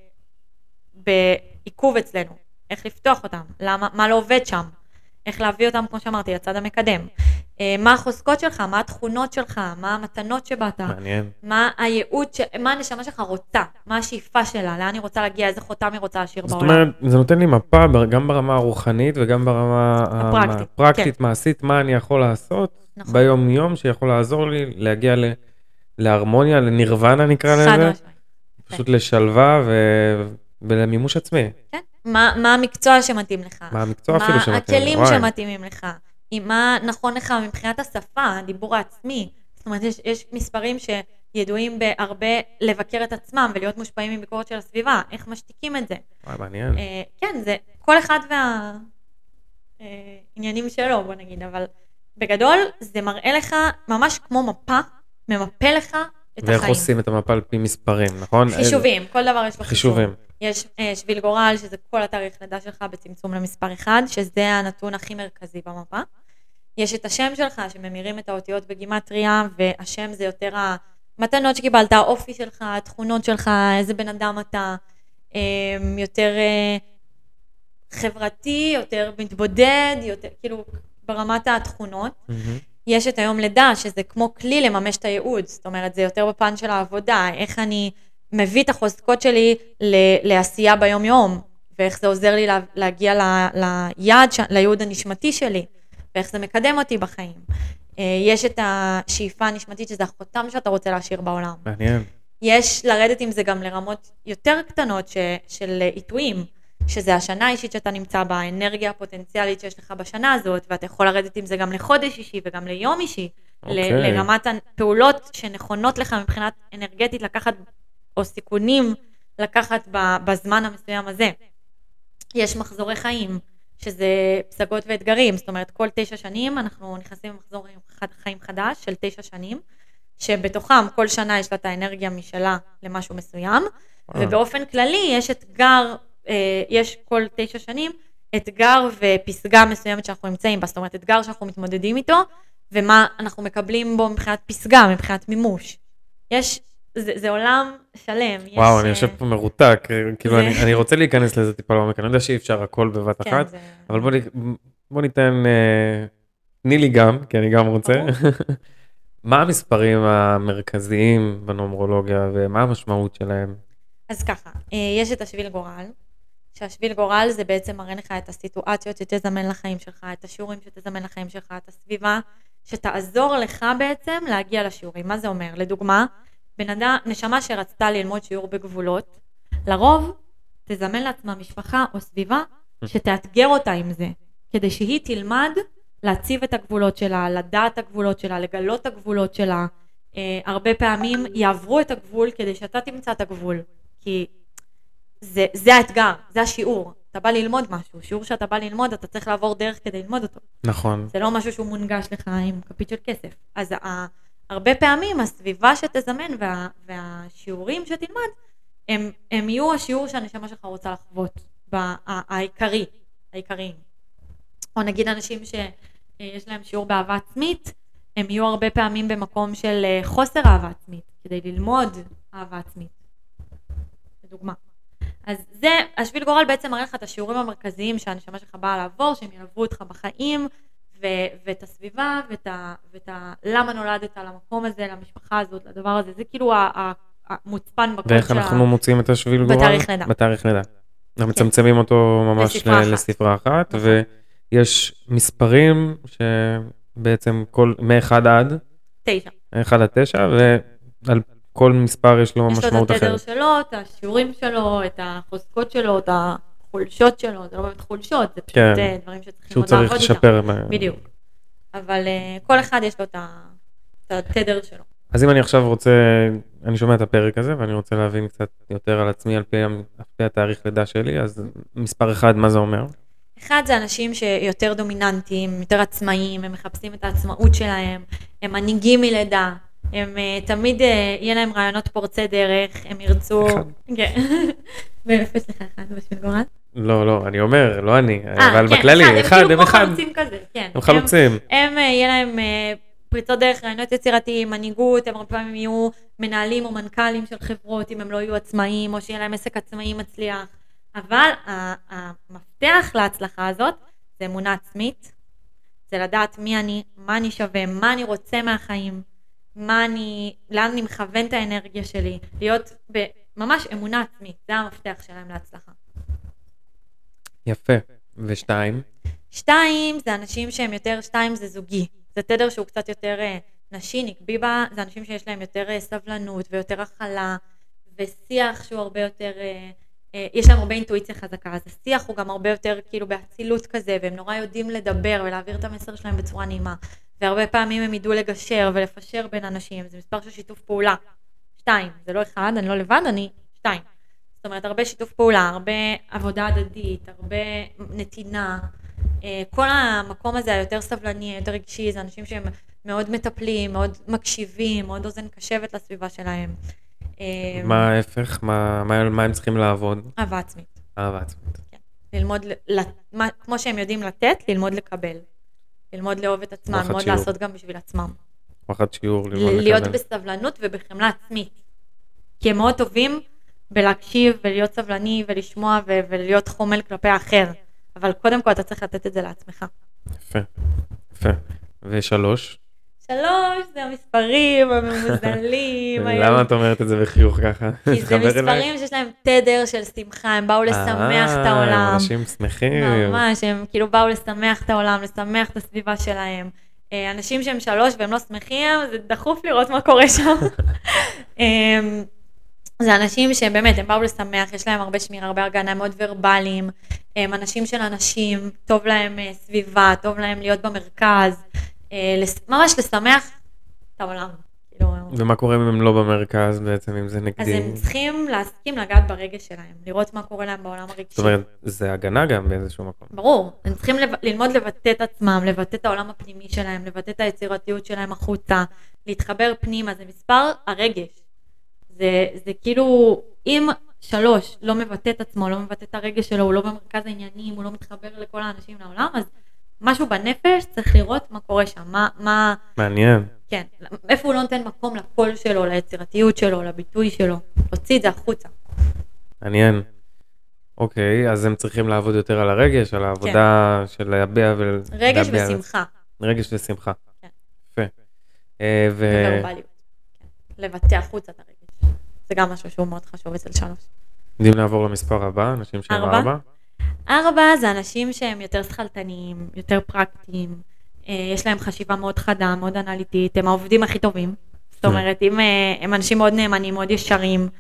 בעיכוב אצלנו, איך לפתוח אותם, למה, מה לא עובד שם, איך להביא אותם, כמו שאמרתי, לצד המקדם. מה החוזקות שלך, מה התכונות שלך, מה המתנות שבאת, מעניין. מה הייעוד, ש... מה הנשמה שלך רוצה, מה השאיפה שלה, לאן היא רוצה להגיע, איזה חותם היא רוצה להשאיר בעולם. זאת אומרת, זה נותן לי מפה גם ברמה הרוחנית וגם ברמה הפרקטית, הפרקטית, כן. מעשית, מה אני יכול לעשות נכון. ביום יום שיכול לעזור לי להגיע ל... להרמוניה, לנירוונה נקרא לזה. חד משמעית. פשוט לשלווה ו... ולמימוש עצמי. כן. מה, מה המקצוע שמתאים לך? מה המקצוע אפילו שמתאים לך? מה הכלים וואי. שמתאימים לך? מה נכון לך מבחינת השפה, הדיבור העצמי? זאת אומרת, יש, יש מספרים שידועים בהרבה לבקר את עצמם ולהיות מושפעים מביקורת של הסביבה. איך משתיקים את זה? וואי, מעניין. אה, כן, זה כל אחד והעניינים שלו, בוא נגיד, אבל בגדול זה מראה לך ממש כמו מפה, ממפה לך את ואיך החיים. עושים את המפה על פי מספרים, נכון? חישובים, כל דבר יש לו חישובים. חישוב. יש אה, שביל גורל, שזה כל התאריך לידה שלך בצמצום למספר אחד, שזה הנתון הכי מרכזי במפה. יש את השם שלך, שממירים את האותיות בגימטריה, והשם זה יותר המתנות שקיבלת, האופי שלך, התכונות שלך, איזה בן אדם אתה, אה, יותר אה, חברתי, יותר מתבודד, יותר, כאילו, ברמת התכונות. Mm-hmm. יש את היום לידה, שזה כמו כלי לממש את הייעוד, זאת אומרת, זה יותר בפן של העבודה, איך אני מביא את החוזקות שלי לעשייה ביום יום, ואיך זה עוזר לי להגיע ליעד, לייעוד הנשמתי שלי, ואיך זה מקדם אותי בחיים. יש את השאיפה הנשמתית, שזה החותם שאתה רוצה להשאיר בעולם. מעניין. יש לרדת עם זה גם לרמות יותר קטנות ש, של עיתויים, שזה השנה האישית שאתה נמצא בה, האנרגיה הפוטנציאלית שיש לך בשנה הזאת, ואתה יכול לרדת עם זה גם לחודש אישי וגם ליום אישי, okay. לרמת הפעולות שנכונות לך מבחינת אנרגטית לקחת, או סיכונים לקחת בזמן המסוים הזה. יש מחזורי חיים, שזה פסגות ואתגרים, זאת אומרת כל תשע שנים אנחנו נכנסים למחזור חיים חדש של תשע שנים, שבתוכם כל שנה יש לה את האנרגיה משלה למשהו מסוים, wow. ובאופן כללי יש אתגר, יש כל תשע שנים אתגר ופסגה מסוימת שאנחנו נמצאים בה, זאת אומרת אתגר שאנחנו מתמודדים איתו, ומה אנחנו מקבלים בו מבחינת פסגה, מבחינת מימוש. יש, זה, זה עולם שלם. וואו, יש, אני יושב פה מרותק, כאילו זה... אני, אני רוצה להיכנס לזה טיפה לעומק, אני יודע שאי אפשר הכל בבת כן, אחת, זה... אבל בוא, בוא ניתן, תני לי גם, כי אני גם רוצה. מה המספרים המרכזיים בנומרולוגיה, ומה המשמעות שלהם? אז ככה, יש את השביל גורל, שהשביל גורל זה בעצם מראה לך את הסיטואציות שתזמן לחיים שלך, את השיעורים שתזמן לחיים שלך, את הסביבה שתעזור לך בעצם להגיע לשיעורים. מה זה אומר? לדוגמה, בן אדם, נשמה שרצתה ללמוד שיעור בגבולות, לרוב תזמן לעצמה משפחה או סביבה שתאתגר אותה עם זה, כדי שהיא תלמד להציב את הגבולות שלה, לדעת הגבולות שלה, לגלות את הגבולות שלה. אה, הרבה פעמים יעברו את הגבול כדי שאתה תמצא את הגבול, כי זה, זה האתגר, זה השיעור. אתה בא ללמוד משהו, שיעור שאתה בא ללמוד, אתה צריך לעבור דרך כדי ללמוד אותו. נכון. זה לא משהו שהוא מונגש לך עם כפית של כסף. אז ה, הרבה פעמים הסביבה שתזמן וה, והשיעורים שתלמד, הם, הם יהיו השיעור שהנשמה שלך רוצה לחוות, בה, העיקרי, העיקריים. או נגיד אנשים שיש להם שיעור באהבה עצמית, הם יהיו הרבה פעמים במקום של חוסר אהבה עצמית, כדי ללמוד אהבה עצמית. לדוגמה. אז זה, השביל גורל בעצם מראה לך את השיעורים המרכזיים שהנשמה שלך באה לעבור, שהם ילוו אותך בחיים, ו- ואת הסביבה, ואת ה- ואת ה- למה נולדת למקום הזה, למשפחה הזאת, לדבר הזה. זה כאילו המוצפן בקוד של... ואיך אנחנו מוצאים את השביל גורל? בתאריך לידה. בתאריך לידה. אנחנו מצמצמים אותו ממש לספרה אחת. לספרה אחת, ויש מספרים שבעצם כל, מאחד עד... תשע. אחד עד תשע, ועל כל מספר יש לו משמעות אחרת. יש לו את התדר שלו, את השיעורים שלו, את החוזקות שלו, את החולשות שלו, זה לא באמת חולשות, זה פשוט כן. דברים שצריכים שהוא עוד לעבוד צריך איתם. לשפר. בדיוק. אבל uh, כל אחד יש לו את, ה... את התדר שלו. אז אם אני עכשיו רוצה, אני שומע את הפרק הזה, ואני רוצה להבין קצת יותר על עצמי, על פי, על פי התאריך לידה שלי, אז מספר אחד, מה זה אומר? אחד זה אנשים שיותר דומיננטיים, יותר עצמאיים, הם מחפשים את העצמאות שלהם, הם מנהיגים מלידה, הם uh, תמיד uh, יהיה להם רעיונות פורצי דרך, הם ירצו... אחד. כן. ואפס לך אחד בשביל גורל? לא, לא, אני אומר, לא אני, 아, אבל כן, בכללי, אחד, אחד, הם הם אחד. חלוצים כזה, כן. הם חלוצים. הם, הם יהיה להם uh, פריצות דרך, רעיונות יצירתיים, מנהיגות, הם הרבה פעמים יהיו מנהלים או מנכ"לים של חברות, אם הם לא יהיו עצמאים, או שיהיה להם עסק עצמאי מצליח. אבל המפתח להצלחה הזאת זה אמונה עצמית, זה לדעת מי אני, מה אני שווה, מה אני רוצה מהחיים, מה אני, לאן אני מכוון את האנרגיה שלי, להיות בממש אמונה עצמית, זה המפתח שלהם להצלחה. יפה. ושתיים? שתיים זה אנשים שהם יותר, שתיים זה זוגי, זה תדר שהוא קצת יותר נשי, נקבי בה, זה אנשים שיש להם יותר סבלנות ויותר הכלה, ושיח שהוא הרבה יותר, יש להם הרבה אינטואיציה חזקה, אז השיח הוא גם הרבה יותר כאילו בהצילות כזה, והם נורא יודעים לדבר ולהעביר את המסר שלהם בצורה נעימה, והרבה פעמים הם ידעו לגשר ולפשר בין אנשים, זה מספר של שיתוף פעולה. שתיים, זה לא אחד, אני לא לבד, אני שתיים. זאת אומרת, הרבה שיתוף פעולה, הרבה עבודה הדדית, הרבה נתינה, כל המקום הזה היותר סבלני, יותר רגשי, זה אנשים שהם מאוד מטפלים, מאוד מקשיבים, מאוד אוזן קשבת לסביבה שלהם. מה ההפך? מה, מה, מה הם צריכים לעבוד? אהבה עצמית. אהבה עצמית. כן. ללמוד, כמו שהם יודעים לתת, ללמוד לקבל. ללמוד לאהוב את עצמם, ללמוד שיעור. לעשות גם בשביל עצמם. וואחד שיעור, ללמוד לקבל. להיות בסבלנות ובחמלה עצמית. כי הם מאוד טובים בלהקשיב ולהיות סבלני ולשמוע ו- ולהיות חומל כלפי האחר. אבל קודם כל אתה צריך לתת את זה לעצמך. יפה, יפה. ושלוש? שלוש זה המספרים הממוזלים. למה את אומרת את זה בחיוך ככה? כי זה מספרים שיש להם תדר של שמחה, הם באו לשמח את העולם. אנשים שמחים. ממש, הם כאילו באו לשמח את העולם, לשמח את הסביבה שלהם. אנשים שהם שלוש והם לא שמחים, זה דחוף לראות מה קורה שם. זה אנשים שהם באמת, הם באו לשמח, יש להם הרבה שמירה, הרבה הגנה, מאוד ורבליים, הם אנשים של אנשים, טוב להם סביבה, טוב להם להיות במרכז, ממש לשמח את העולם. ומה קורה אם הם לא במרכז בעצם, אם זה נגדי? אז הם צריכים להסכים לגעת ברגש שלהם, לראות מה קורה להם בעולם הרגשי. זאת אומרת, זה הגנה גם באיזשהו מקום. ברור, הם צריכים ללמוד לבטא את עצמם, לבטא את העולם הפנימי שלהם, לבטא את היצירתיות שלהם החוצה, להתחבר פנימה, זה מספר הרגש. זה, זה כאילו, אם שלוש לא מבטא את עצמו, לא מבטא את הרגש שלו, הוא לא במרכז העניינים, הוא לא מתחבר לכל האנשים לעולם, אז משהו בנפש צריך לראות מה קורה שם, מה, מה... מעניין. כן, איפה הוא לא נותן מקום לקול שלו, ליצירתיות שלו, לביטוי שלו, הוציא את זה החוצה. מעניין. אוקיי, אז הם צריכים לעבוד יותר על הרגש, על העבודה כן. של להביע ול... רגש ושמחה. רגש ושמחה. כן. יפה. ו... וורבליות. כן. לבטא החוצה את הרגש. זה גם משהו שהוא מאוד חשוב אצל שלוש. אם נעבור למספר הבא, אנשים שהם ארבע? ארבע, ארבע זה אנשים שהם יותר שכלתניים, יותר פרקטיים, יש להם חשיבה מאוד חדה, מאוד אנליטית, הם העובדים הכי טובים. זאת אומרת, אם הם אנשים מאוד נאמנים, מאוד ישרים,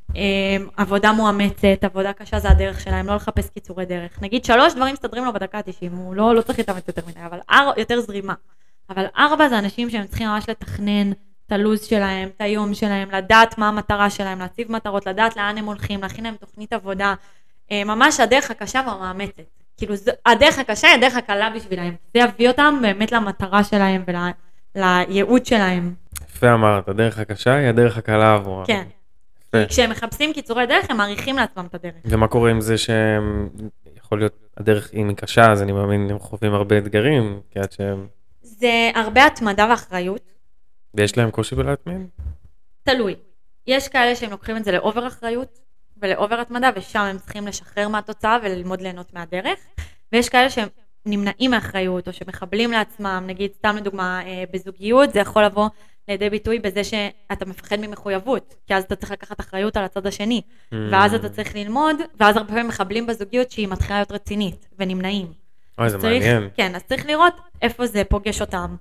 עבודה מואמצת, עבודה קשה זה הדרך שלהם, לא לחפש קיצורי דרך. נגיד שלוש דברים מסתדרים לו בדקה תשעים, הוא לא, לא צריך להתאמץ יותר מדי, אבל יותר זרימה. אבל ארבע זה אנשים שהם צריכים ממש לתכנן את הלוז שלהם, את היום שלהם, לדעת מה המטרה שלהם, להציב מטרות, לדעת לאן הם הולכים, להכין להם תוכנית עבודה, ממש הדרך הקשה והמאמצת. כאילו, הדרך הקשה היא הדרך הקלה בשבילהם. זה יביא אותם באמת למטרה שלהם ולייעוד שלהם. יפה אמרת, הדרך הקשה היא הדרך הקלה עבורם. כן. כי כשהם מחפשים קיצורי דרך, הם מעריכים לעצמם את הדרך. ומה קורה עם זה שהם, יכול להיות, הדרך היא קשה, אז אני מאמין, הם חווים הרבה אתגרים, כי עד שהם... זה הרבה התמדה ואחריות. ויש להם קושי בלהתמיד? תלוי. יש כאלה שהם לוקחים את זה לאובר אחריות, ולאובר התמדה, ושם הם צריכים לשחרר מהתוצאה וללמוד ליהנות מהדרך. ויש כאלה שהם נמנעים מאחריות, או שמחבלים לעצמם, נגיד, סתם לדוגמה, בזוגיות, זה יכול לבוא לידי ביטוי בזה שאתה מפחד ממחויבות, כי אז אתה צריך לקחת אחריות על הצד השני, ואז אתה צריך ללמוד, ואז הרבה פעמים מחבלים בזוגיות שהיא מתחילה להיות רצינית, ונמנעים. אוי, זה מעניין. כן, אז צריך לראות איפה זה פוגש אותם,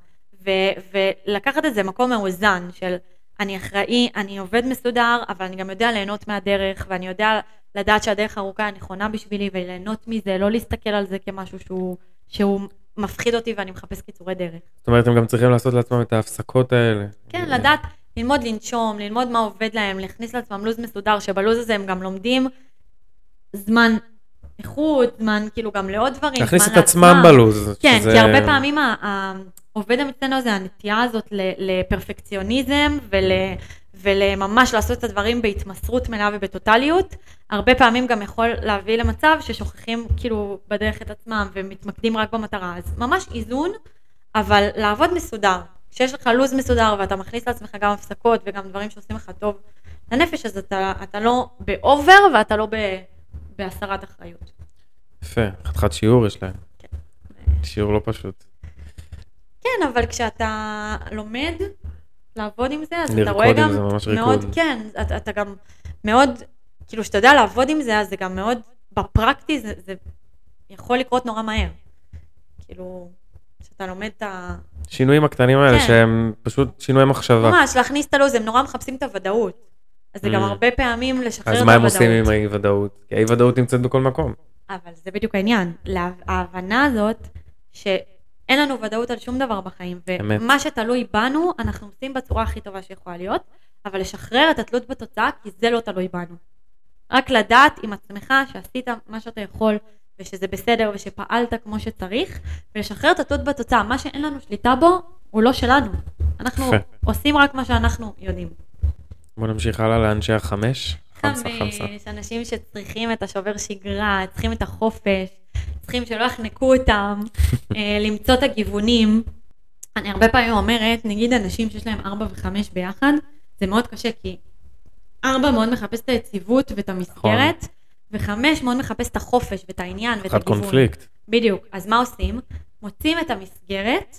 ולקחת את זה מקום מאוזן של אני אחראי, אני עובד מסודר, אבל אני גם יודע ליהנות מהדרך, ואני יודע לדעת שהדרך הארוכה הנכונה בשבילי, וליהנות מזה, לא להסתכל על זה כמשהו שהוא, שהוא מפחיד אותי, ואני מחפש קיצורי דרך. זאת אומרת, הם גם צריכים לעשות לעצמם את ההפסקות האלה. כן, לדעת, ללמוד לנשום, ללמוד מה עובד להם, להכניס לעצמם לוז מסודר, שבלוז הזה הם גם לומדים זמן איכות, זמן כאילו גם לעוד דברים. להכניס את עצמם בלוז. כן, כי הרבה פעמים העובד המצטנו זה הנטייה הזאת לפרפקציוניזם ולממש לעשות את הדברים בהתמסרות מלאה ובטוטליות. הרבה פעמים גם יכול להביא למצב ששוכחים כאילו בדרך את עצמם ומתמקדים רק במטרה. אז ממש איזון, אבל לעבוד מסודר. כשיש לך לוז מסודר ואתה מכניס לעצמך גם הפסקות וגם דברים שעושים לך טוב לנפש, אז אתה, אתה לא באובר ואתה לא ב, בהסרת אחריות. יפה, חתיכת שיעור יש להם. כן. שיעור לא פשוט. כן, אבל כשאתה לומד לעבוד עם זה, אז אתה לרקוד רואה עם גם זה, ממש מאוד, ריקוד. כן, אתה, אתה גם מאוד, כאילו שאתה יודע לעבוד עם זה, אז זה גם מאוד, בפרקטי זה, זה יכול לקרות נורא מהר. כאילו, שאתה לומד את ה... שינויים הקטנים האלה כן. שהם פשוט שינויי מחשבה. ממש, להכניס את הלוז, הם נורא מחפשים את הוודאות. אז זה גם Mm. הרבה פעמים לשחרר את אז הוודאות. מה הם עושים עם האי-ודאות? כי האי-ודאות נמצאת בכל מקום. אבל זה בדיוק העניין. לה- ההבנה הזאת, שאין לנו ודאות על שום דבר בחיים, אמת. ומה שתלוי בנו, אנחנו עושים בצורה הכי טובה שיכולה להיות, אבל לשחרר את התלות בתוצאה, כי זה לא תלוי בנו. רק לדעת עם עצמך שעשית מה שאתה יכול, ושזה בסדר, ושפעלת כמו שצריך, ולשחרר את התלות בתוצאה. מה שאין לנו שליטה בו, הוא לא שלנו. אנחנו יפה. עושים רק מה שאנחנו יודעים. בוא נמשיך הלאה לאנשי החמש. חמסה, חמסה. חמש, אנשים שצריכים את השובר שגרה, צריכים את החופש, צריכים שלא יחנקו אותם, אה, למצוא את הגיוונים. אני הרבה פעמים אומרת, נגיד אנשים שיש להם ארבע וחמש ביחד, זה מאוד קשה, כי ארבע מאוד מחפש את היציבות ואת המסגרת, וחמש מאוד מחפש את החופש ואת העניין ואת אחד הגיוון. קונפליקט. בדיוק. אז מה עושים? מוצאים את המסגרת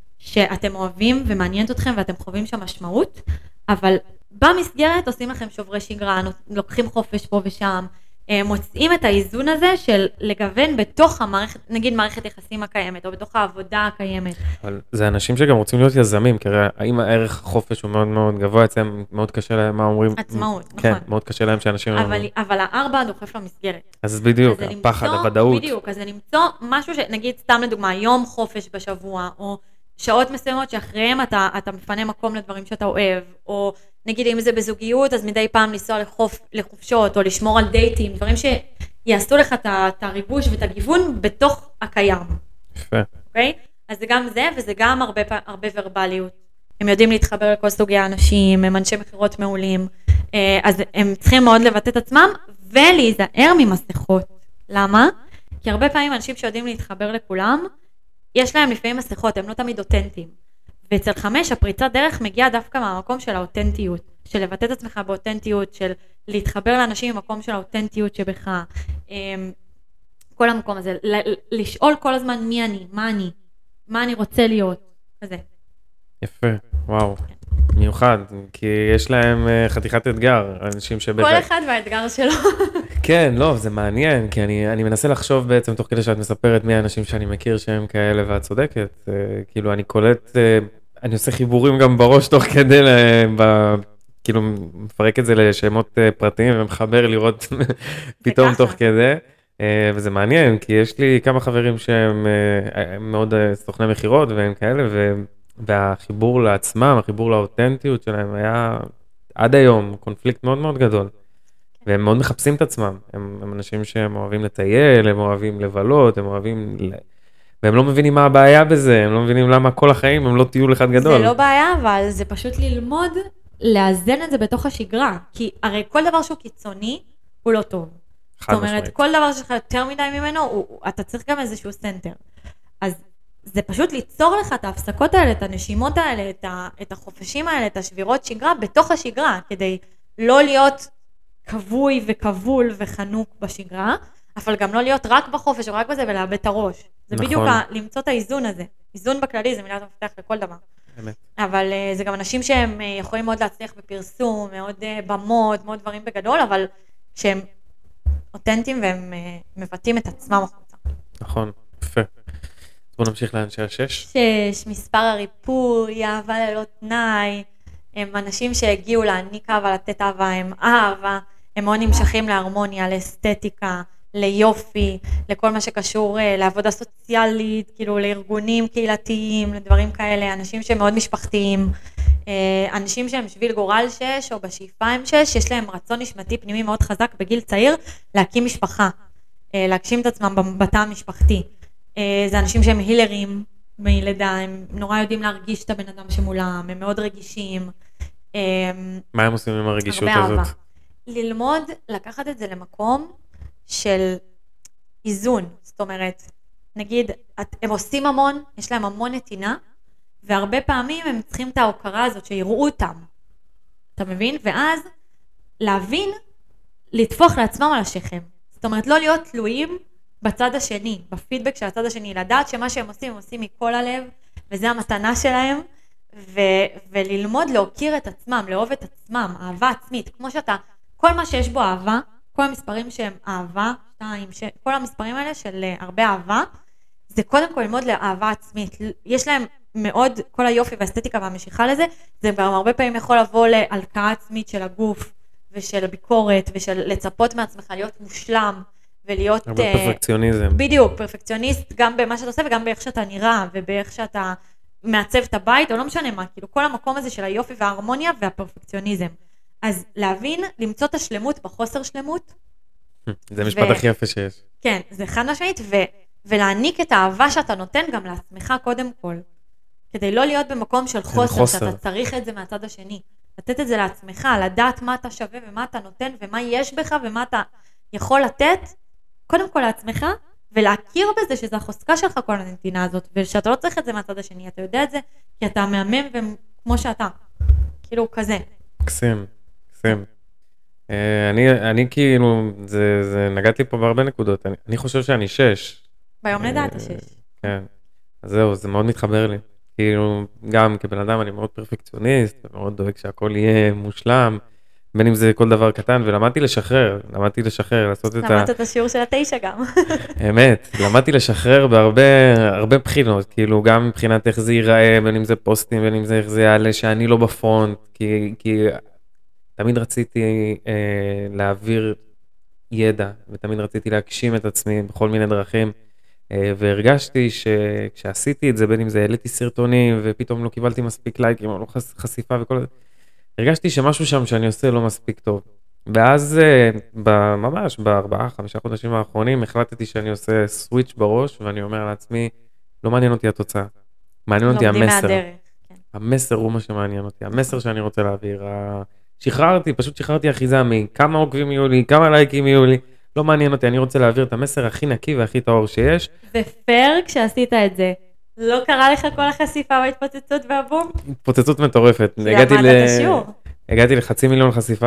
שאתם אוהבים ומעניינת אתכם ואתם חווים שם משמעות, אבל במסגרת עושים לכם שוברי שגרה, לוקחים חופש פה ושם, מוצאים את האיזון הזה של לגוון בתוך המערכת, נגיד מערכת יחסים הקיימת, או בתוך העבודה הקיימת. אבל זה אנשים שגם רוצים להיות יזמים, כי האם הערך החופש הוא מאוד מאוד גבוה, אצלם מאוד קשה להם, מה אומרים? עצמאות, נכון. כן, מאוד קשה להם שאנשים... אבל, אבל הארבע דוחף למסגרת. אז בדיוק, אז זה הפחד, למצוא- הוודאות. בדיוק, אז זה למצוא משהו שנגיד סתם לדוגמה, יום חופש בשבוע, או שעות מסוימות שאחריהם אתה, אתה מפנה מקום לדברים שאתה אוהב, או נגיד אם זה בזוגיות, אז מדי פעם לנסוע לחוף, לחופשות, או לשמור על דייטים, דברים שיעשו לך את ה- את הריבוש ואת הגיוון בתוך הקיים, יפה. אוקיי? אז זה גם זה, וזה גם הרבה, פ- הרבה ורבליות. הם יודעים להתחבר לכל סוגי האנשים, הם אנשי מחירות מעולים, אה, אז הם צריכים מאוד לבטא את עצמם, ולהיזהר ממסכות. למה? כי הרבה פעמים אנשים שיודעים להתחבר לכולם, יש להם לפעמים מסכות, הם לא תמיד אותנטיים. ואצל חמש, הפריצת דרך מגיעה דווקא מהמקום של האותנטיות, של לבטא את עצמך באותנטיות, של להתחבר לאנשים ממקום של האותנטיות שבך. כל המקום הזה, לשאול כל הזמן מי אני, מה אני, מה אני רוצה להיות, כזה. יפה, וואו. מיוחד, כי יש להם uh, חתיכת אתגר, אנשים שבאמת... כל אחד והאתגר שלו. כן, לא, זה מעניין, כי אני, אני מנסה לחשוב בעצם, תוך כדי שאת מספרת מי האנשים שאני מכיר שהם כאלה, ואת צודקת, uh, כאילו אני קולט, uh, אני עושה חיבורים גם בראש תוך כדי, ל, ב, כאילו מפרק את זה לשמות uh, פרטיים, ומחבר לראות פתאום ככה. תוך כדי, uh, וזה מעניין, כי יש לי כמה חברים שהם uh, מאוד uh, סוכני מחירות, והם כאלה, ו... והחיבור לעצמם, החיבור לאותנטיות שלהם היה עד היום קונפליקט מאוד מאוד גדול. והם מאוד מחפשים את עצמם. הם, הם אנשים שהם אוהבים לטייל, הם אוהבים לבלות, הם אוהבים... ל... והם לא מבינים מה הבעיה בזה, הם לא מבינים למה כל החיים הם לא טיול אחד גדול. זה לא בעיה, אבל זה פשוט ללמוד, לאזן את זה בתוך השגרה. כי הרי כל דבר שהוא קיצוני, הוא לא טוב. זאת אומרת, משמעית. כל דבר שלך יותר מדי ממנו, הוא, אתה צריך גם איזשהו סנטר. אז זה פשוט ליצור לך את ההפסקות האלה, את הנשימות האלה, את, ה, את החופשים האלה, את השבירות שגרה, בתוך השגרה, כדי לא להיות כבוי וכבול וחנוק בשגרה, אבל גם לא להיות רק בחופש או רק בזה ולאבד את הראש. זה נכון. בדיוק ה, למצוא את האיזון הזה. איזון בכללי זה מילת המפתח לכל דבר. באמת. אבל uh, זה גם אנשים שהם uh, יכולים מאוד להצליח בפרסום, מאוד uh, במות, מאוד דברים בגדול, אבל שהם אותנטיים והם uh, מבטאים את עצמם החוצה. נכון, יפה. בוא נמשיך לאנשי השש. שש, מספר הריפוי, אהבה ללא תנאי, הם אנשים שהגיעו להעניק אהבה, לתת אהבה, הם אהבה, הם מאוד נמשכים להרמוניה, לאסתטיקה, ליופי, לכל מה שקשור uh, לעבודה סוציאלית, כאילו לארגונים קהילתיים, לדברים כאלה, אנשים שהם מאוד משפחתיים, uh, אנשים שהם שביל גורל שש או בשאיפה הם שש, יש להם רצון נשמתי פנימי מאוד חזק בגיל צעיר להקים משפחה, uh, להגשים את עצמם בתא המשפחתי. Uh, זה אנשים שהם הילרים מלידה, הם נורא יודעים להרגיש את הבן אדם שמולם, הם מאוד רגישים. Uh, מה הם עושים עם הרגישות הרבה הזאת? אהבה. ללמוד, לקחת את זה למקום של איזון, זאת אומרת, נגיד, את, הם עושים המון, יש להם המון נתינה, והרבה פעמים הם צריכים את ההוקרה הזאת, שיראו אותם. אתה מבין? ואז להבין, לטפוח לעצמם על השכם. זאת אומרת, לא להיות תלויים בצד השני, בפידבק של הצד השני, לדעת שמה שהם עושים, הם עושים מכל הלב, וזה המתנה שלהם, ו- וללמוד להוקיר את עצמם, לאהוב את עצמם, אהבה עצמית, כמו שאתה, כל מה שיש בו אהבה, כל המספרים שהם אהבה, שתיים, ש... כל המספרים האלה של הרבה אהבה, זה קודם כל ללמוד לאהבה עצמית. יש להם מאוד, כל היופי והאסתטיקה והמשיכה לזה, זה גם הרבה פעמים יכול לבוא להלקאה עצמית של הגוף, ושל הביקורת, ושל לצפות מעצמך, להיות מושלם, ולהיות... הרבה uh, פרפקציוניזם. בדיוק, פרפקציוניסט, גם במה שאתה עושה, וגם באיך שאתה נראה, ובאיך שאתה מעצב את הבית, או לא משנה מה, כאילו כל המקום הזה של היופי וההרמוניה והפרפקציוניזם. אז להבין, למצוא את השלמות בחוסר שלמות. זה משפט הכי יפה שיש. כן, זה חד משמעית, ו... ולהעניק את האהבה שאתה נותן גם לעצמך קודם כל, כדי לא להיות במקום של חוסר, חוסר, שאתה צריך את זה מהצד השני. לתת את זה לעצמך, לדעת מה אתה שווה ומה אתה נותן, ומה יש בך ומה אתה יכול לתת, קודם כל לעצמך, ולהכיר בזה שזה החוזקה שלך כל הנתינה הזאת, ושאתה לא צריך את זה מהצד השני, אתה יודע את זה, כי אתה מהמם וכמו שאתה, כאילו כזה. קסים, קסים. אני, אני כאילו, זה, זה נגעתי פה בהרבה נקודות, אני, אני חושב שאני שש. ביום לדעת השש. כן, אז זהו, זה מאוד מתחבר לי. כאילו, גם כבן אדם אני מאוד פרפקציוניסט, ומאוד דואג שהכל יהיה מושלם, בין אם זה כל דבר קטן, ולמדתי לשחרר, למדתי לשחרר, לעשות את ה... למדת את השיעור של התשע גם. אמת, למדתי לשחרר בהרבה הרבה בחינות, כאילו, גם מבחינת איך זה ייראה, בין אם זה פוסטים, בין אם זה איך זה יעלה, שאני לא בפרונט, כי, כי תמיד רציתי אה, להעביר ידע, ותמיד רציתי להגשים את עצמי בכל מיני דרכים, והרגשתי שכשעשיתי את זה, בין אם זה העליתי סרטונים, ופתאום לא קיבלתי מספיק לייקים, או לא חשיפה וכל זה, הרגשתי שמשהו שם שאני עושה לא מספיק טוב. ואז ממש בארבעה, חמישה חודשים האחרונים, החלטתי שאני עושה סוויץ' בראש, ואני אומר לעצמי, לא מעניין אותי התוצאה, מעניין אותי המסר. המסר הוא מה שמעניין אותי, המסר שאני רוצה להעביר. שחררתי, פשוט שחררתי אחיזה מכמה עוקבים יהיו לי, כמה לייקים יהיו לי, לא מעניין אותי, אני רוצה להעביר את המסר הכי נקי והכי טהור שיש. ופייר כשעשית את זה, לא קרה לך כל החשיפה וההתפוצצות והבום? התפוצצות מטורפת. כי למדת את השיעור. הגעתי לחצי מיליון חשיפה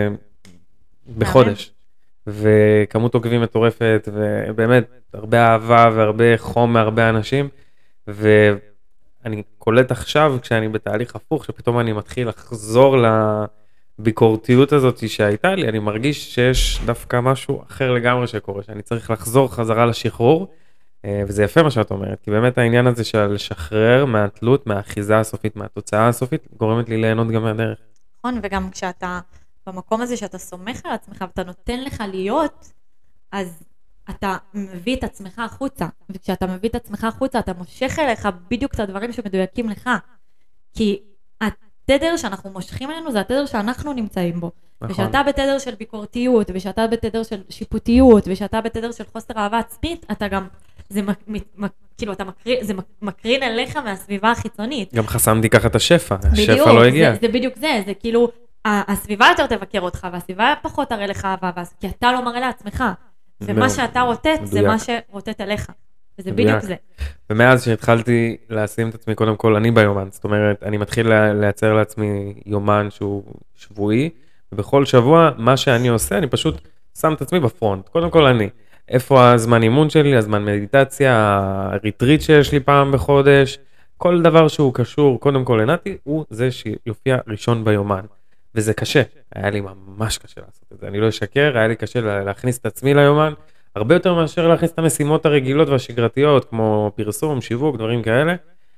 בחודש, וכמות עוקבים מטורפת, ובאמת הרבה אהבה והרבה חום מהרבה אנשים, ואני קולט עכשיו כשאני בתהליך הפוך, שפתאום אני מתחיל לחזור ל... ביקורתיות הזאת שהייתה לי, אני מרגיש שיש דווקא משהו אחר לגמרי שקורה, שאני צריך לחזור חזרה לשחרור, וזה יפה מה שאת אומרת, כי באמת העניין הזה של לשחרר מהתלות, מהאחיזה הסופית, מהתוצאה הסופית, גורמת לי ליהנות גם מהדרך. נכון, וגם כשאתה במקום הזה שאתה סומך על עצמך, ואתה נותן לך להיות, אז אתה מביא את עצמך החוצה, וכשאתה מביא את עצמך החוצה, אתה מושך אליך בדיוק את הדברים שמדויקים לך, כי התדר שאנחנו מושכים אלינו זה התדר שאנחנו נמצאים בו. נכון. ושאתה בתדר של ביקורתיות, ושאתה בתדר של שיפוטיות, ושאתה בתדר של חוסר אהבה עצמית, אתה גם, זה, מק, כאילו, אתה מקרין, זה מקרין אליך מהסביבה החיצונית. גם חסמתי ככה את השפע, בדיוק, השפע לא הגיע. זה, זה בדיוק זה, זה כאילו, הסביבה יותר תבקר אותך, והסביבה פחות תראה לך אהבה, כי אתה לא מראה לעצמך. ומה שאתה רוטט, זה מה שרוטט אליך. וזה בדיוק זה. ומאז שהתחלתי לשים את עצמי, קודם כל, אני ביומן. זאת אומרת, אני מתחיל לייצר לעצמי יומן שהוא שבועי, ובכל שבוע, מה שאני עושה, אני פשוט שם את עצמי בפרונט. קודם כל, אני. איפה הזמן אימון שלי, הזמן מדיטציה, הריטריט שיש לי פעם בחודש, כל דבר שהוא קשור, קודם כל, לנתי, הוא זה שיופיע ראשון ביומן. וזה קשה. היה לי ממש קשה לעשות את זה. אני לא אשקר, היה לי קשה להכניס את עצמי ליומן, הרבה יותר מאשר להכניס את המשימות הרגילות והשגרתיות, כמו פרסום, שיווק, דברים כאלה,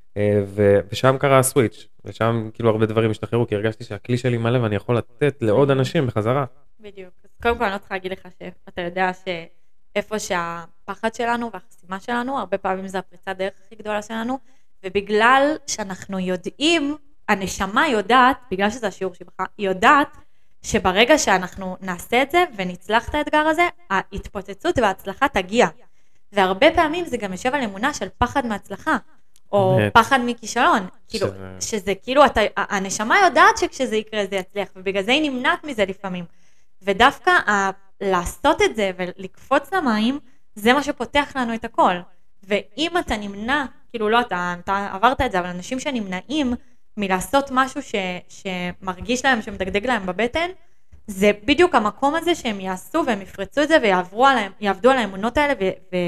ו- ושם קרה הסוויץ', ושם כאילו הרבה דברים השתחררו, כי הרגשתי שהכלי שלי מלא, ואני יכול לתת לעוד אנשים בחזרה. בדיוק. אז קודם כל אני לא צריכה להגיד לך שאתה יודע שאיפה שהפחד שלנו והחסימה שלנו, הרבה פעמים זה הפריצת דרך הכי גדולה שלנו, ובגלל שאנחנו יודעים, הנשמה יודעת, בגלל שזה השיעור שבך, היא יודעת, שברגע שאנחנו נעשה את זה ונצלח את האתגר הזה, ההתפוצצות וההצלחה תגיע. והרבה פעמים זה גם יושב על אמונה של פחד מהצלחה, או פחד מכישלון. כאילו, שזה כאילו, אתה, הנשמה יודעת שכשזה יקרה זה יצליח, ובגלל זה היא נמנעת מזה לפעמים. ודווקא ה- לעשות את זה ולקפוץ למים, זה מה שפותח לנו את הכל. ואם אתה נמנע כאילו לא אתה, אתה עברת את זה, אבל אנשים שנמנעים מלעשות משהו ש, שמרגיש להם, שמדגדג להם בבטן, זה בדיוק המקום הזה שהם יעשו והם יפרצו את זה ויעברו עליהם, יעבדו על האמונות האלה ו,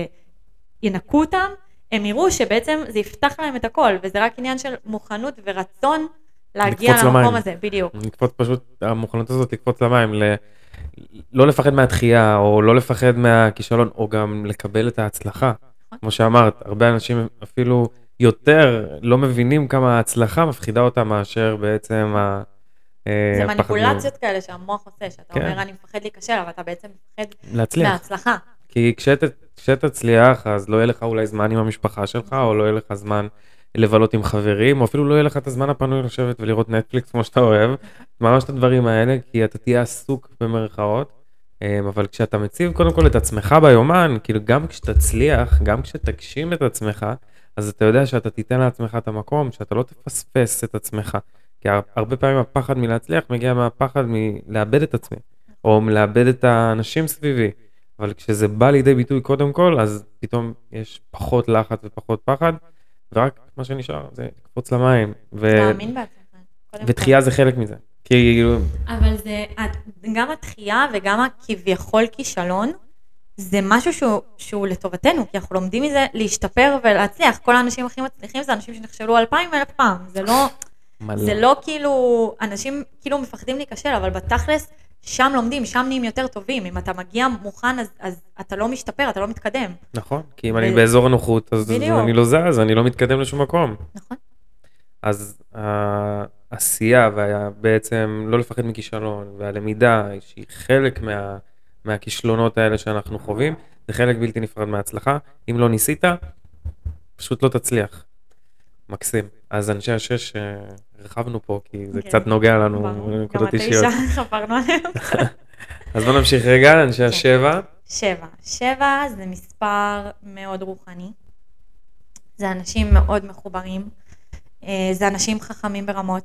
וינקו אותם, הם יראו שבעצם זה יפתח להם את הכל, וזה רק עניין של מוכנות ורצון להגיע למקום למים. הזה, בדיוק. לקפוץ פשוט, המוכנות הזאת לקפוץ למים, ל... לא לפחד מהתחייה, או לא לפחד מהכישלון, או גם לקבל את ההצלחה. כמו שאמרת, הרבה אנשים אפילו יותר לא מבינים כמה ההצלחה מפחידה אותם מאשר בעצם ה... זה מניפולציות כאלה שהמוח עושה, שאתה אומר אני מפחד להיכשל, אבל אתה בעצם מפחד מההצלחה. כי כשתצליח, אז לא יהיה לך אולי זמן עם המשפחה שלך, או לא יהיה לך זמן לבלות עם חברים, או אפילו לא יהיה לך את הזמן הפנוי לשבת ולראות נטפליקס כמו שאתה אוהב, ממש את הדברים האלה, כי אתה תהיה עסוק במרכאות, אבל כשאתה מציב קודם כל את עצמך ביומן, כאילו גם כשתצליח, גם כשתגשים את עצמך, אז אתה יודע שאתה תיתן לעצמך את המקום, שאתה לא תפספס את עצמך, כי הרבה פעמים הפחד מלהצליח מגיע מהפחד מלאבד את עצמי, או מלאבד את האנשים סביבי, אבל כשזה בא לידי ביטוי קודם כל, אז פתאום יש פחות לחץ ופחות פחד, ורק מה שנשאר זה לקפוץ למים. להאמין בעצמך. ותחייה זה חלק מזה. אבל זה, גם התחייה וגם הכביכול כישלון, זה משהו שהוא, שהוא לטובתנו, כי אנחנו לומדים מזה להשתפר ולהצליח. כל האנשים הכי מצליחים זה אנשים שנכשלו אלפיים אלף פעם. זה לא, זה לא כאילו, אנשים כאילו מפחדים להיכשל, אבל בתכלס, שם לומדים, שם נהיים יותר טובים. אם אתה מגיע מוכן, אז, אז אתה לא משתפר, אתה לא מתקדם. נכון, כי אם ו... אני באזור הנוחות, אז, אז אני לא זז, אני לא מתקדם לשום מקום. נכון. אז העשייה, ובעצם לא לפחד מכישלון, והלמידה, שהיא חלק מה, מהכישלונות האלה שאנחנו חווים, זה חלק בלתי נפרד מההצלחה. אם לא ניסית, פשוט לא תצליח. מקסים. אז אנשי השש רחבנו פה, כי זה קצת נוגע לנו בנקודות אישיות. גם התשע חברנו עליהם. אז בוא נמשיך רגע, אנשי השבע. שבע. שבע זה מספר מאוד רוחני. זה אנשים מאוד מחוברים. זה אנשים חכמים ברמות.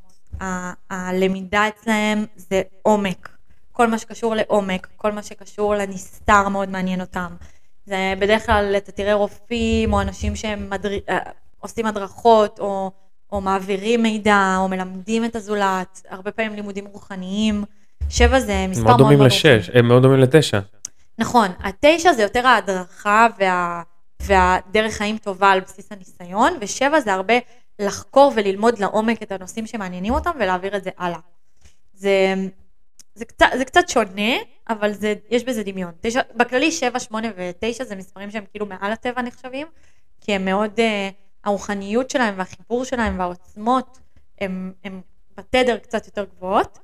הלמידה אצלהם זה עומק. כל מה שקשור לעומק, כל מה שקשור לנסתר מאוד מעניין אותם. זה בדרך כלל אתה תראה רופאים או אנשים שהם מדריכים, עושים הדרכות, או, או מעבירים מידע, או מלמדים את הזולת, הרבה פעמים לימודים רוחניים. שבע זה מספר מאוד מאוד דומים לשש, הם מאוד דומים לתשע. נכון, התשע זה יותר ההדרכה וה, והדרך חיים טובה על בסיס הניסיון, ושבע זה הרבה לחקור וללמוד לעומק את הנושאים שמעניינים אותם, ולהעביר את זה הלאה. זה, זה, קצת, זה קצת שונה, אבל זה, יש בזה דמיון. תשע, בכללי שבע, שמונה ותשע זה מספרים שהם כאילו מעל הטבע נחשבים, כי הם מאוד... הרוחניות שלהם והחיבור שלהם והעוצמות הם, הם בתדר קצת יותר גבוהות,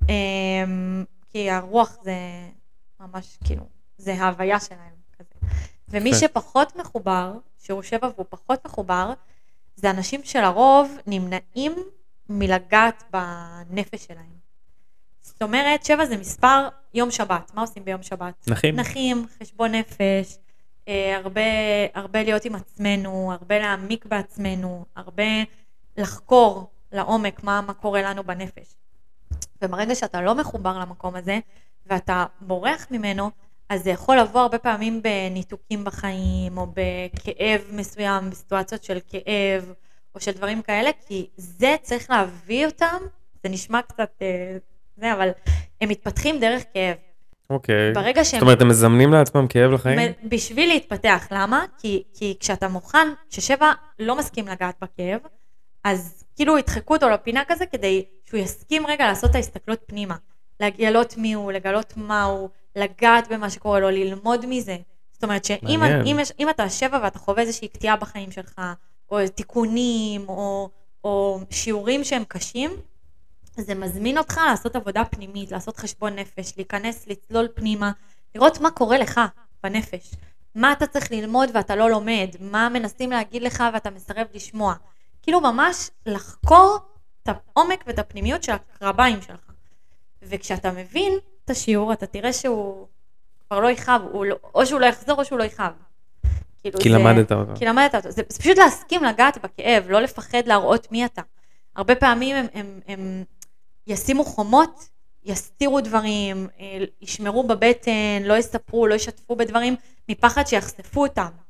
כי הרוח זה ממש כאילו, זה ההוויה שלהם כזה. ומי שפחות מחובר, שהוא שבע והוא פחות מחובר, זה אנשים שלרוב נמנעים מלגעת בנפש שלהם. זאת אומרת, שבע זה מספר יום שבת. מה עושים ביום שבת? נחים. נחים, חשבון נפש, הרבה, הרבה להיות עם עצמנו, הרבה להעמיק בעצמנו, הרבה לחקור לעומק מה, מה קורה לנו בנפש. וברגע שאתה לא מחובר למקום הזה, ואתה בורח ממנו, אז זה יכול לבוא הרבה פעמים בניתוקים בחיים, או בכאב מסוים, בסיטואציות של כאב, או של דברים כאלה, כי זה צריך להביא אותם, זה נשמע קצת, זה, אבל הם מתפתחים דרך כאב. אוקיי. ברגע שהם... זאת אומרת, הם מזמנים לעצמם כאב לחיים? בשביל להתפתח. למה? כי, כי כשאתה מוכן, כששבע לא מסכים לגעת בכאב, אז כאילו ידחקו אותו לפינה כזה, כדי שהוא יסכים רגע לעשות את ההסתכלות פנימה. לגלות מי הוא, לגלות מה הוא, לגעת במה שקורה לו, ללמוד מזה. זאת אומרת שאם אם, אם אתה שבע ואתה חווה איזושהי קטיעה בחיים שלך, או תיקונים, או, או שיעורים שהם קשים, זה מזמין אותך לעשות עבודה פנימית, לעשות חשבון נפש, להיכנס, לצלול פנימה, לראות מה קורה לך בנפש. מה אתה צריך ללמוד ואתה לא לומד, מה מנסים להגיד לך ואתה מסרב לשמוע. כאילו ממש לחקור את העומק ואת הפנימיות של הקרביים שלך. וכשאתה מבין את השיעור, אתה תראה שהוא כבר לא יחב, לא, או שהוא לא יחזור או שהוא לא יחב. כאילו כי זה, למדת אותו. כי למדת אותו. זה, זה פשוט להסכים לגעת בכאב, לא לפחד להראות מי אתה. הרבה פעמים הם, הם, הם ישימו חומות, יסתירו דברים, ישמרו בבטן, לא יספרו, לא ישתפו בדברים, מפחד שיחשפו אותם.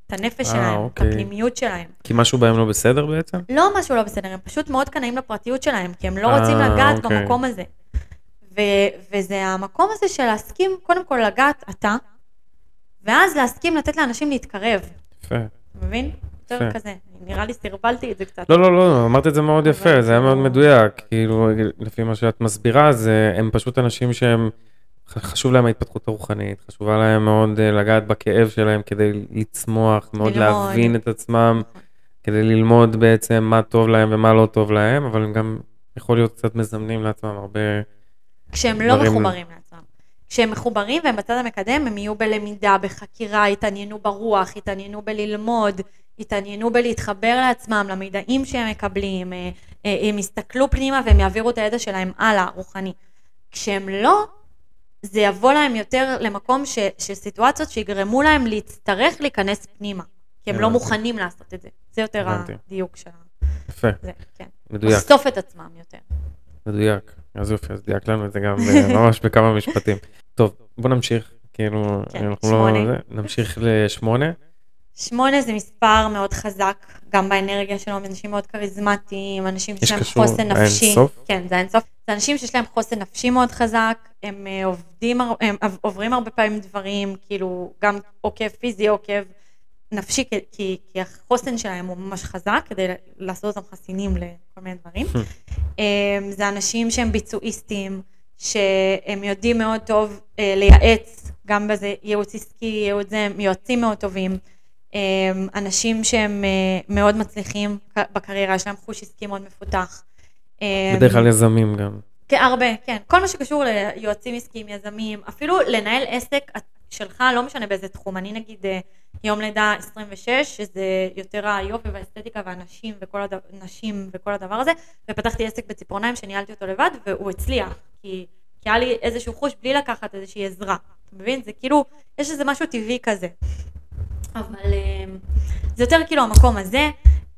את הנפש אה, שלהם, את אוקיי. הפנימיות שלהם. כי משהו בהם לא בסדר בעצם? לא משהו לא בסדר, הם פשוט מאוד קנאים לפרטיות שלהם, כי הם לא אה, רוצים לגעת אוקיי. במקום הזה. ו- וזה המקום הזה של להסכים, קודם כל לגעת אתה, ואז להסכים לתת לאנשים להתקרב. יפה. אתה מבין? יותר יפה. כזה. נראה לי סרבלתי את זה קצת. לא, לא, לא, אמרת את זה מאוד יפה, אבל זה היה זה מאוד לא- מדויק, כאילו, לפי מה שאת מסבירה, זה, הם פשוט אנשים שהם, ח- חשוב להם ההתפתחות הרוחנית, חשובה להם מאוד אה, לגעת בכאב שלהם כדי לצמוח, מאוד ללמוד. להבין את עצמם, נכון. כדי ללמוד בעצם מה טוב להם ומה לא טוב להם, אבל הם גם יכול להיות קצת מזמנים לעצמם הרבה... כשהם לא דברים- מחוברים לעצמם. כשהם מחוברים והם בצד המקדם, הם יהיו בלמידה, בחקירה, יתעניינו ברוח, יתעניינו בללמוד, יתעניינו בלהתחבר לעצמם, למידעים שהם מקבלים, אה, אה, הם יסתכלו פנימה והם יעבירו את הידע שלהם הלאה, רוחני. כשהם לא, זה יבוא להם יותר למקום ש, של סיטואציות שיגרמו להם להצטרך להיכנס פנימה, כי הם לא הבנתי. מוכנים לעשות את זה. זה יותר הבנתי. הדיוק של יפה, זה, כן. מדויק, לחשוף את עצמם יותר. מדויק. אז יופי, אז דייקת לנו את זה גם אה, ממש בכמה משפטים. טוב, בוא נמשיך, כאילו, כן, אנחנו שמונה. לא... זה, נמשיך לשמונה. שמונה זה מספר מאוד חזק, גם באנרגיה שלו, אנשים מאוד כריזמטיים, אנשים שיש להם קשור חוסן נפשי. לאינסוף? כן, זה האינסוף. זה אנשים שיש להם חוסן נפשי מאוד חזק, הם אה, עובדים, הר- הם עב- עוברים הרבה פעמים דברים, כאילו גם עוקב פיזי, עוקב נפשי, כי, כי, כי החוסן שלהם הוא ממש חזק, כדי לעשות אותם חסינים לכל מיני דברים. אה, זה אנשים שהם ביצועיסטים, שהם יודעים מאוד טוב אה, לייעץ, גם בזה ייעוץ עסקי, ייעוץ זה, הם יועצים מאוד טובים. אנשים שהם מאוד מצליחים בקריירה, יש להם חוש עסקי מאוד מפותח. בדרך כלל יזמים גם. כן, הרבה, כן. כל מה שקשור ליועצים עסקיים, יזמים, אפילו לנהל עסק שלך, לא משנה באיזה תחום. אני נגיד יום לידה עשרים ושש, שזה יותר היופי והאסתטיקה והנשים וכל, הדבר, נשים וכל הדבר הזה, ופתחתי עסק בציפורניים שניהלתי אותו לבד, והוא הצליח, כי, כי היה לי איזשהו חוש בלי לקחת איזושהי עזרה. אתה מבין? זה כאילו, יש איזה משהו טבעי כזה. אבל זה יותר כאילו המקום הזה,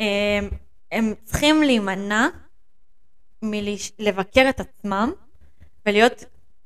הם צריכים להימנע מלבקר את עצמם ולהיות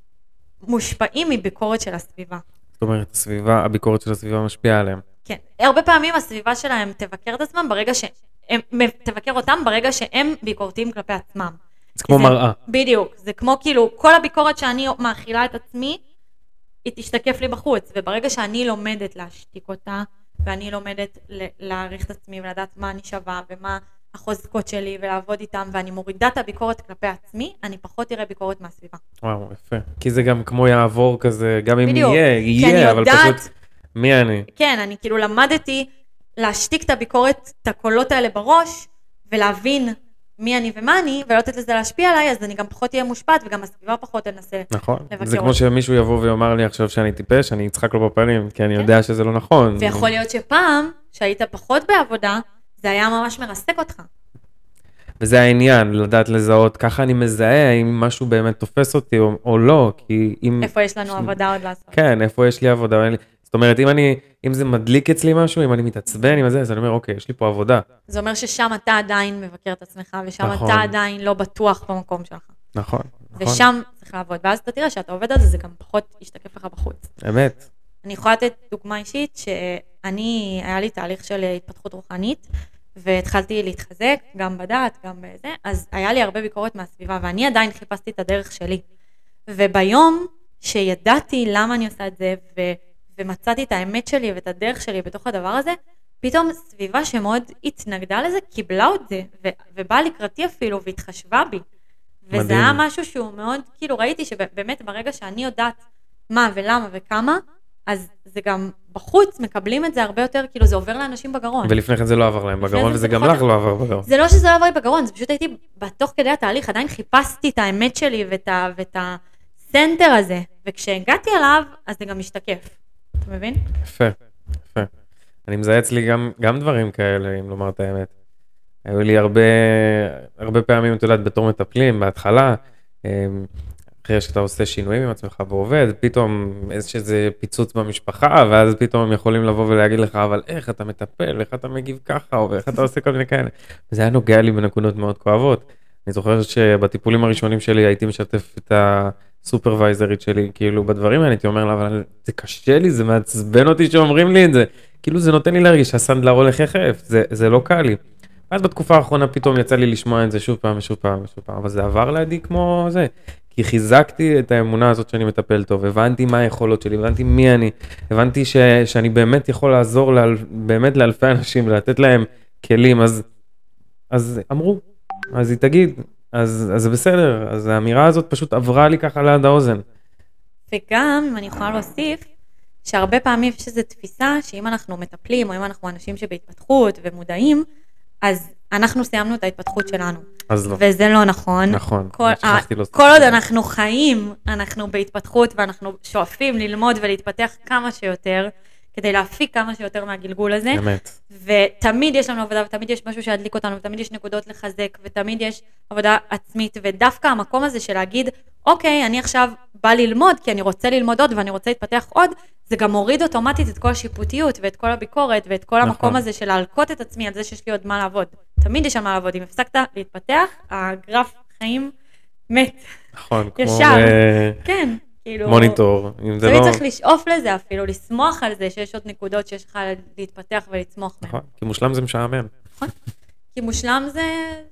מושפעים מביקורת של הסביבה. זאת אומרת, הסביבה, הביקורת של הסביבה משפיעה עליהם. כן, הרבה פעמים הסביבה שלהם תבקר את עצמם ברגע שהם, תבקר אותם ברגע שהם ביקורתיים כלפי עצמם. זה כמו מראה. בדיוק, זה כמו כאילו כל הביקורת שאני מאכילה את עצמי, היא תשתקף לי בחוץ, וברגע שאני לומדת להשתיק אותה, ואני לומדת להעריך את עצמי ולדעת מה אני שווה ומה החוזקות שלי ולעבוד איתם, ואני מורידה את הביקורת כלפי עצמי, אני פחות אראה ביקורת מהסביבה. וואו, יפה. כי זה גם כמו יעבור כזה, גם אם בדיוק. יהיה, יהיה, אבל יודעת, פשוט, מי אני? כן, אני כאילו למדתי להשתיק את הביקורת, את הקולות האלה בראש, ולהבין מי אני ומה אני, ולא לתת לזה להשפיע עליי, אז אני גם פחות אהיה מושפעת, וגם הסביבה פחות תנסה נכון. לבקר זה כמו אותי. שמישהו יבוא ויאמר לי עכשיו שאני טיפש, אני אצחק לו בפנים, כי אני יודע שזה לא נכון. ויכול להיות שפעם, שהיית פחות בעבודה, זה היה ממש מרסק אותך. וזה העניין, לדעת לזהות, ככה אני מזהה האם משהו באמת תופס אותי או, או לא, כי אם... איפה יש לנו עבודה עוד לעשות? כן, איפה יש לי עבודה. לי... זאת אומרת, אם אני, אם זה מדליק אצלי משהו, אם אני מתעצבן עם זה, אז אני אומר, אוקיי, יש לי פה עבודה. זה אומר ששם אתה עדיין מבקר את עצמך, ושם נכון. אתה עדיין לא בטוח במקום שלך. נכון, נכון. ושם צריך לעבוד, ואז אתה תראה שאתה עובד על זה, זה גם פחות ישתקף לך בחוץ. אמת. אני יכולה לתת דוגמה אישית, שאני, היה לי תהליך של התפתחות רוחנית, והתחלתי להתחזק, גם בדעת, גם בזה, אז היה לי הרבה ביקורת מהסביבה, ואני עדיין חיפשתי את הדרך שלי. וביום שידעתי למה אני עושה את זה, ו... ומצאתי את האמת שלי ואת הדרך שלי בתוך הדבר הזה, פתאום סביבה שמאוד התנגדה לזה, קיבלה את זה, ו... ובאה לקראתי אפילו, והתחשבה בי. וזה מדהים. היה משהו שהוא מאוד, כאילו ראיתי שבאמת ברגע שאני יודעת מה ולמה וכמה, אז זה גם בחוץ מקבלים את זה הרבה יותר, כאילו זה עובר לאנשים בגרון. ולפני כן זה לא עבר להם בגרון, זה וזה גם פחות- לך לא עבר בגרון. זה לא שזה לא עבר לי בגרון, זה פשוט הייתי בתוך כדי התהליך, עדיין חיפשתי את האמת שלי ואת, ה, ואת הסנטר הזה, וכשהגעתי אליו, אז זה גם משתקף. אתה מבין? יפה, יפה. אני מזהה אצלי גם, גם דברים כאלה, אם לומר את האמת. היו לי הרבה, הרבה פעמים, אתה יודעת, בתור מטפלים, בהתחלה, אמ, אחרי שאתה עושה שינויים עם עצמך ועובד, פתאום איזה פיצוץ במשפחה, ואז פתאום הם יכולים לבוא ולהגיד לך, אבל איך אתה מטפל, איך אתה מגיב ככה, או איך אתה עושה כל מיני כאלה. וזה היה נוגע לי בנקודות מאוד כואבות. אני זוכר שבטיפולים הראשונים שלי הייתי משתף את הסופרוויזרית שלי, כאילו בדברים האלה, הייתי אומר לה, אבל זה קשה לי, זה מעצבן אותי שאומרים לי את זה. כאילו זה נותן לי להרגיש שהסנדלר הולך יחף, זה, זה לא קל לי. אז בתקופה האחרונה פתאום יצא לי לשמוע את זה שוב פעם ושוב פעם ושוב פעם, אבל זה עבר לידי כמו זה. כי חיזקתי את האמונה הזאת שאני מטפל טוב, הבנתי מה היכולות שלי, הבנתי מי אני, הבנתי ש, שאני באמת יכול לעזור לאל, באמת לאלפי אנשים, לתת להם כלים, אז, אז אמרו, אז היא תגיד, אז, אז זה בסדר, אז האמירה הזאת פשוט עברה לי ככה ליד האוזן. וגם, אם אני יכולה להוסיף, שהרבה פעמים יש איזו תפיסה שאם אנחנו מטפלים, או אם אנחנו אנשים שבהתפתחות ומודעים, אז אנחנו סיימנו את ההתפתחות שלנו. אז לא. וזה לא נכון. נכון. כל, ה, כל עוד אנחנו חיים, אנחנו בהתפתחות, ואנחנו שואפים ללמוד ולהתפתח כמה שיותר, כדי להפיק כמה שיותר מהגלגול הזה. אמת. ותמיד יש לנו עבודה, ותמיד יש משהו שידליק אותנו, ותמיד יש נקודות לחזק, ותמיד יש עבודה עצמית, ודווקא המקום הזה של להגיד, אוקיי, אני עכשיו בא ללמוד, כי אני רוצה ללמוד עוד, ואני רוצה להתפתח עוד, זה גם מוריד אוטומטית את כל השיפוטיות, ואת כל הביקורת, ואת כל נכון. המקום הזה של להלקות את עצמי, על זה שיש לי עוד מה לעבוד. תמיד יש שם מה לעבוד. אם הפסקת להתפתח, הגרף חיים מת. נכון, ישר. כמו ב... כן. כאילו, מוניטור, אם זה תמיד לא... צריך לשאוף לזה אפילו, לשמוח על זה שיש עוד נקודות שיש לך להתפתח ולצמוח מהן. נכון, כי מושלם זה משעמם. נכון, כי מושלם זה...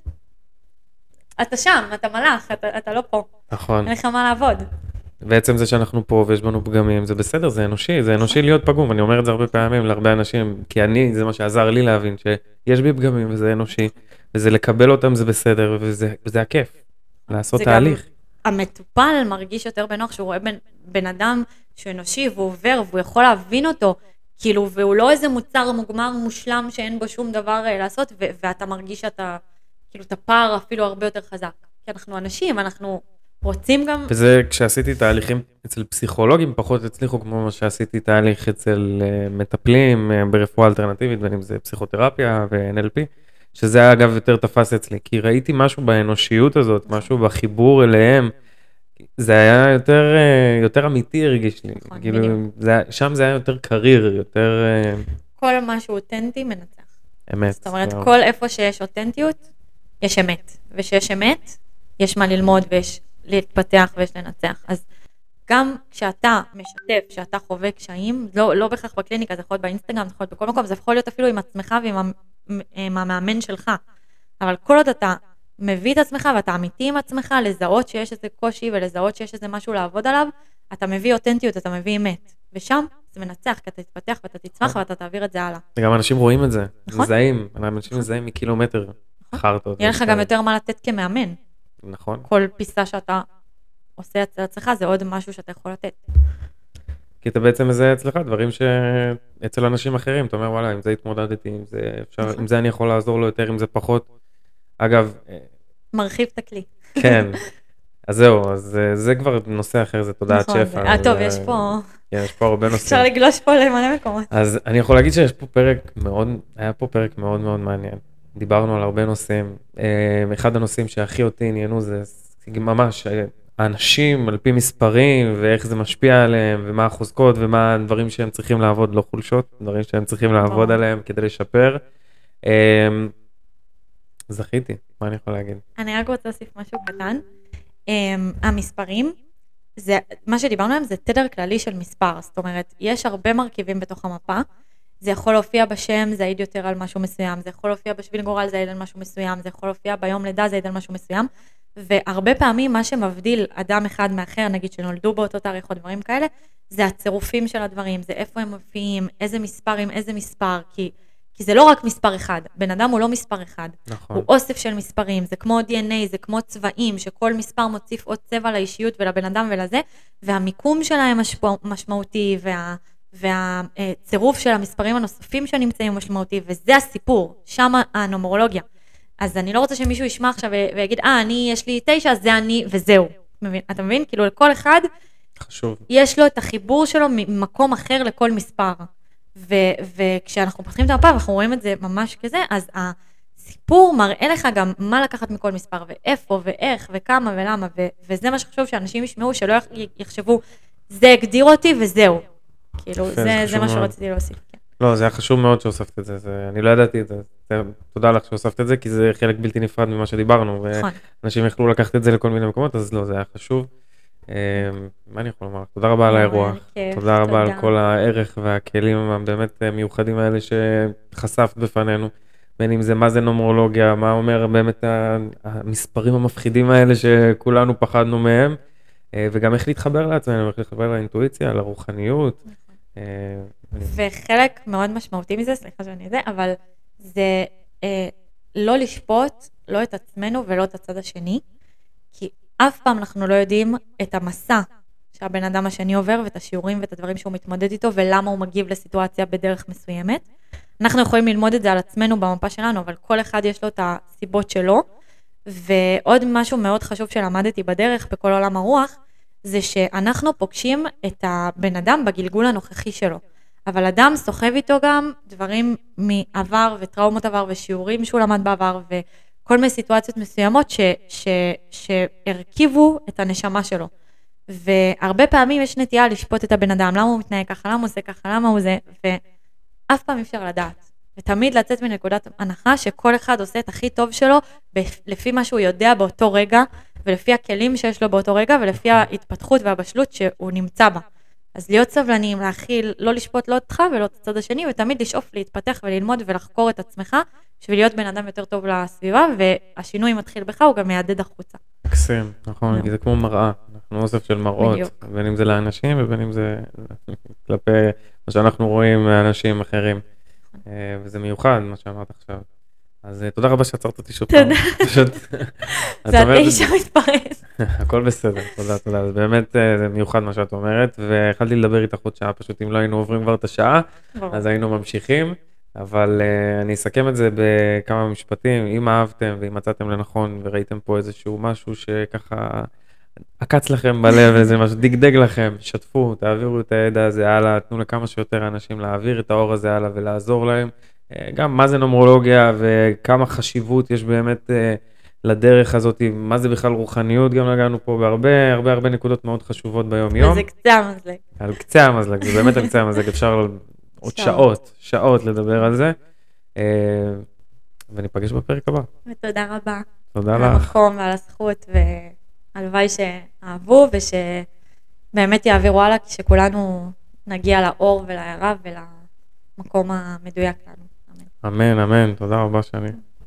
אתה שם, אתה מלאך, אתה, אתה לא פה. נכון. אין לך מה לעבוד. בעצם זה שאנחנו פה ויש בנו פגמים, זה בסדר, זה אנושי, זה אנושי להיות פגום, אני אומר את זה הרבה פעמים להרבה אנשים, כי אני, זה מה שעזר לי להבין, שיש בי פגמים וזה אנושי, וזה לקבל אותם זה בסדר, וזה, וזה הכיף, לעשות תהליך. המטופל מרגיש יותר בנוח שהוא רואה בן, בן אדם שהוא אנושי והוא עובר והוא יכול להבין אותו, כאילו, והוא לא איזה מוצר מוגמר מושלם שאין בו שום דבר לעשות, ו- ואתה מרגיש שאתה, כאילו, את הפער אפילו הרבה יותר חזק. כי אנחנו אנשים, אנחנו רוצים גם... וזה כשעשיתי תהליכים אצל פסיכולוגים, פחות הצליחו כמו מה שעשיתי תהליך אצל uh, מטפלים uh, ברפואה אלטרנטיבית, בין אם זה פסיכותרפיה ו-אן אל פי, שזה אגב יותר תפס אצלי, כי ראיתי משהו באנושיות הזאת, משהו בחיבור אליהם, זה היה יותר, יותר אמיתי הרגיש לי, נכון, כאילו, זה, שם זה היה יותר קריר, יותר... כל משהו אותנטי מנצח. אמת. זאת אומרת, כל איפה שיש אותנטיות, יש אמת, ושיש אמת, יש מה ללמוד ויש להתפתח ויש לנצח. אז גם כשאתה משתף, שאתה חווה קשיים, לא, לא בכך בקליניקה, זה יכול להיות באינסטגרם, זה יכול להיות בכל מקום, זה יכול להיות אפילו עם עצמך ועם המאמן שלך. אבל כל עוד אתה מביא את עצמך ואתה אמיתי עם עצמך, לזהות שיש איזה קושי ולזהות שיש איזה משהו לעבוד עליו, אתה מביא אותנטיות, אתה מביא אמת. ושם זה מנצח, כי אתה תתפתח ואתה תצמח ואתה תעביר את זה הלאה. וגם אנשים רואים את זה, מזהים, אנשים מזהים מקילומטר חרטות. יהיה לך גם יותר מה לתת כמאמן. נכון. כל פיסה שאתה עושה אצל עצמך, זה עוד משהו שאתה יכול לתת. כי אתה בעצם מזהה אצלך דברים שאצל אנשים אחרים, אתה אומר, וואלה, אם זה התמודדתי, אם זה אפשר, אם זה אני יכול לעזור לו יותר, אם זה פחות. אגב... מרחיב את הכלי. כן. אז זהו, אז זה כבר נושא אחר, זה תודעת שפע. אה, טוב, יש פה... יש פה הרבה נושאים. אפשר לגלוש פה למלא מקומות. אז אני יכול להגיד שיש פה פרק מאוד, היה פה פרק מאוד מאוד מעניין. דיברנו על הרבה נושאים. אחד הנושאים שהכי אותי עניינו זה ממש האנשים על פי מספרים, ואיך זה משפיע עליהם, ומה החוזקות, ומה הדברים שהם צריכים לעבוד, לא חולשות, דברים שהם צריכים לעבוד עליהם כדי לשפר. זכיתי, מה אני יכול להגיד? אני רק רוצה להוסיף משהו קטן. המספרים, זה, מה שדיברנו עליהם זה תדר כללי של מספר, זאת אומרת, יש הרבה מרכיבים בתוך המפה, זה יכול להופיע בשם, זה העיד יותר על משהו מסוים, זה יכול להופיע בשביל גורל, זה העיד על משהו מסוים, זה יכול להופיע ביום לידה, זה העיד על משהו מסוים, והרבה פעמים מה שמבדיל אדם אחד מאחר, נגיד שנולדו באותו תאריך או דברים כאלה, זה הצירופים של הדברים, זה איפה הם מופיעים, איזה מספר עם איזה מספר, כי, כי זה לא רק מספר אחד, בן אדם הוא לא מספר אחד, נכון. הוא אוסף של מספרים, זה כמו די אן איי, זה כמו צבעים, שכל מספר מוסיף עוד צבע לאישיות ולבן אדם ולזה, והמיקום שלהם משמע, משמעותי, וה... והצירוף של המספרים הנוספים שנמצאים משמעותי, וזה הסיפור, שם הנומרולוגיה. אז אני לא רוצה שמישהו ישמע עכשיו ויגיד, אה, אני, יש לי תשע, זה אני, וזהו. אתה מבין? כאילו, לכל אחד, חשוב. יש לו את החיבור שלו ממקום אחר לכל מספר. ו- וכשאנחנו פותחים את המפה, ואנחנו רואים את זה ממש כזה, אז הסיפור מראה לך גם מה לקחת מכל מספר, ואיפה, ואיך, וכמה, ולמה, ו- וזה מה שחשוב שאנשים ישמעו, שלא יחשבו, זה הגדיר אותי, וזהו. כאילו, זה, זה מה שרציתי להוסיף. כן. לא, זה היה חשוב מאוד שהוספת את זה, זה אני לא ידעתי את זה, זה, תודה לך שהוספת את זה, כי זה חלק בלתי נפרד ממה שדיברנו, נכון. ואנשים יכלו לקחת את זה לכל מיני מקומות, אז לא, זה היה חשוב. מה אני יכול לומר? תודה רבה על האירוע. תודה רבה על כל הערך והכלים הבאמת מיוחדים האלה שחשפת בפנינו. בין אם זה מה זה נומרולוגיה, מה אומר באמת המספרים המפחידים האלה שכולנו פחדנו מהם, וגם איך להתחבר לעצמנו, איך להתחבר לאינטואיציה, לרוחניות. וחלק מאוד משמעותי מזה, סליחה שאני זה, אבל זה לא לשפוט, לא את עצמנו ולא את הצד השני, כי אף פעם אנחנו לא יודעים את המסע שהבן אדם השני עובר, ואת השיעורים ואת הדברים שהוא מתמודד איתו, ולמה הוא מגיב לסיטואציה בדרך מסוימת. אנחנו יכולים ללמוד את זה על עצמנו במפה שלנו, אבל כל אחד יש לו את הסיבות שלו. ועוד משהו מאוד חשוב שלמדתי בדרך בכל עולם הרוח, זה שאנחנו פוגשים את הבן אדם בגלגול הנוכחי שלו. אבל אדם סוחב איתו גם דברים מעבר וטראומות עבר ושיעורים שהוא למד בעבר וכל מיני סיטואציות מסוימות ש, ש, שהרכיבו את הנשמה שלו. והרבה פעמים יש נטייה לשפוט את הבן אדם, למה הוא מתנהג ככה, למה הוא עושה ככה, למה הוא זה, ואף פעם אי אפשר לדעת. ותמיד לצאת מנקודת הנחה שכל אחד עושה את הכי טוב שלו לפי מה שהוא יודע באותו רגע, ולפי הכלים שיש לו באותו רגע, ולפי ההתפתחות והבשלות שהוא נמצא בה. אז להיות סבלניים, להכיל, לא לשפוט לא אותך ולא את הצד השני, ותמיד לשאוף להתפתח וללמוד ולחקור את עצמך, בשביל להיות בן אדם יותר טוב לסביבה, והשינוי מתחיל בך, הוא גם מידד החוצה. מקסים, נכון, זה כמו מראה, אנחנו אוסף של מראות, בין אם זה לאנשים ובין אם זה כלפי מה שאנחנו רואים מאנשים אחרים, וזה מיוחד מה שאמרת עכשיו. אז תודה רבה שעצרת אותי שוב פעם. זה עדי שמתפרס. הכל בסדר, תודה, תודה. זה באמת מיוחד מה שאת אומרת, והחלתי לדבר איתך עוד שעה, פשוט אם לא היינו עוברים כבר את השעה, אז היינו ממשיכים, אבל אני אסכם את זה בכמה משפטים. אם אהבתם ואם מצאתם לנכון וראיתם פה איזשהו משהו שככה עקץ לכם בלב, איזה משהו דגדג לכם, שתפו, תעבירו את הידע הזה הלאה, תנו לכמה שיותר אנשים להעביר את האור הזה הלאה ולעזור להם. גם מה זה נומרולוגיה וכמה חשיבות יש באמת לדרך הזאת, מה זה בכלל רוחניות, גם נגענו פה בהרבה, הרבה, הרבה נקודות מאוד חשובות ביום יום. וזה קצה המזלג. על קצה המזלג, זה באמת על קצה המזלג, אפשר עוד שעות, שעות לדבר על זה, וניפגש בפרק הבא. ותודה רבה. תודה לך. על המקום ועל הזכות, והלוואי שאהבו, ושבאמת יעבירו הלאה, כשכולנו נגיע לאור ולהערה ולמקום המדויק לנו. אמן, אמן, תודה רבה שני.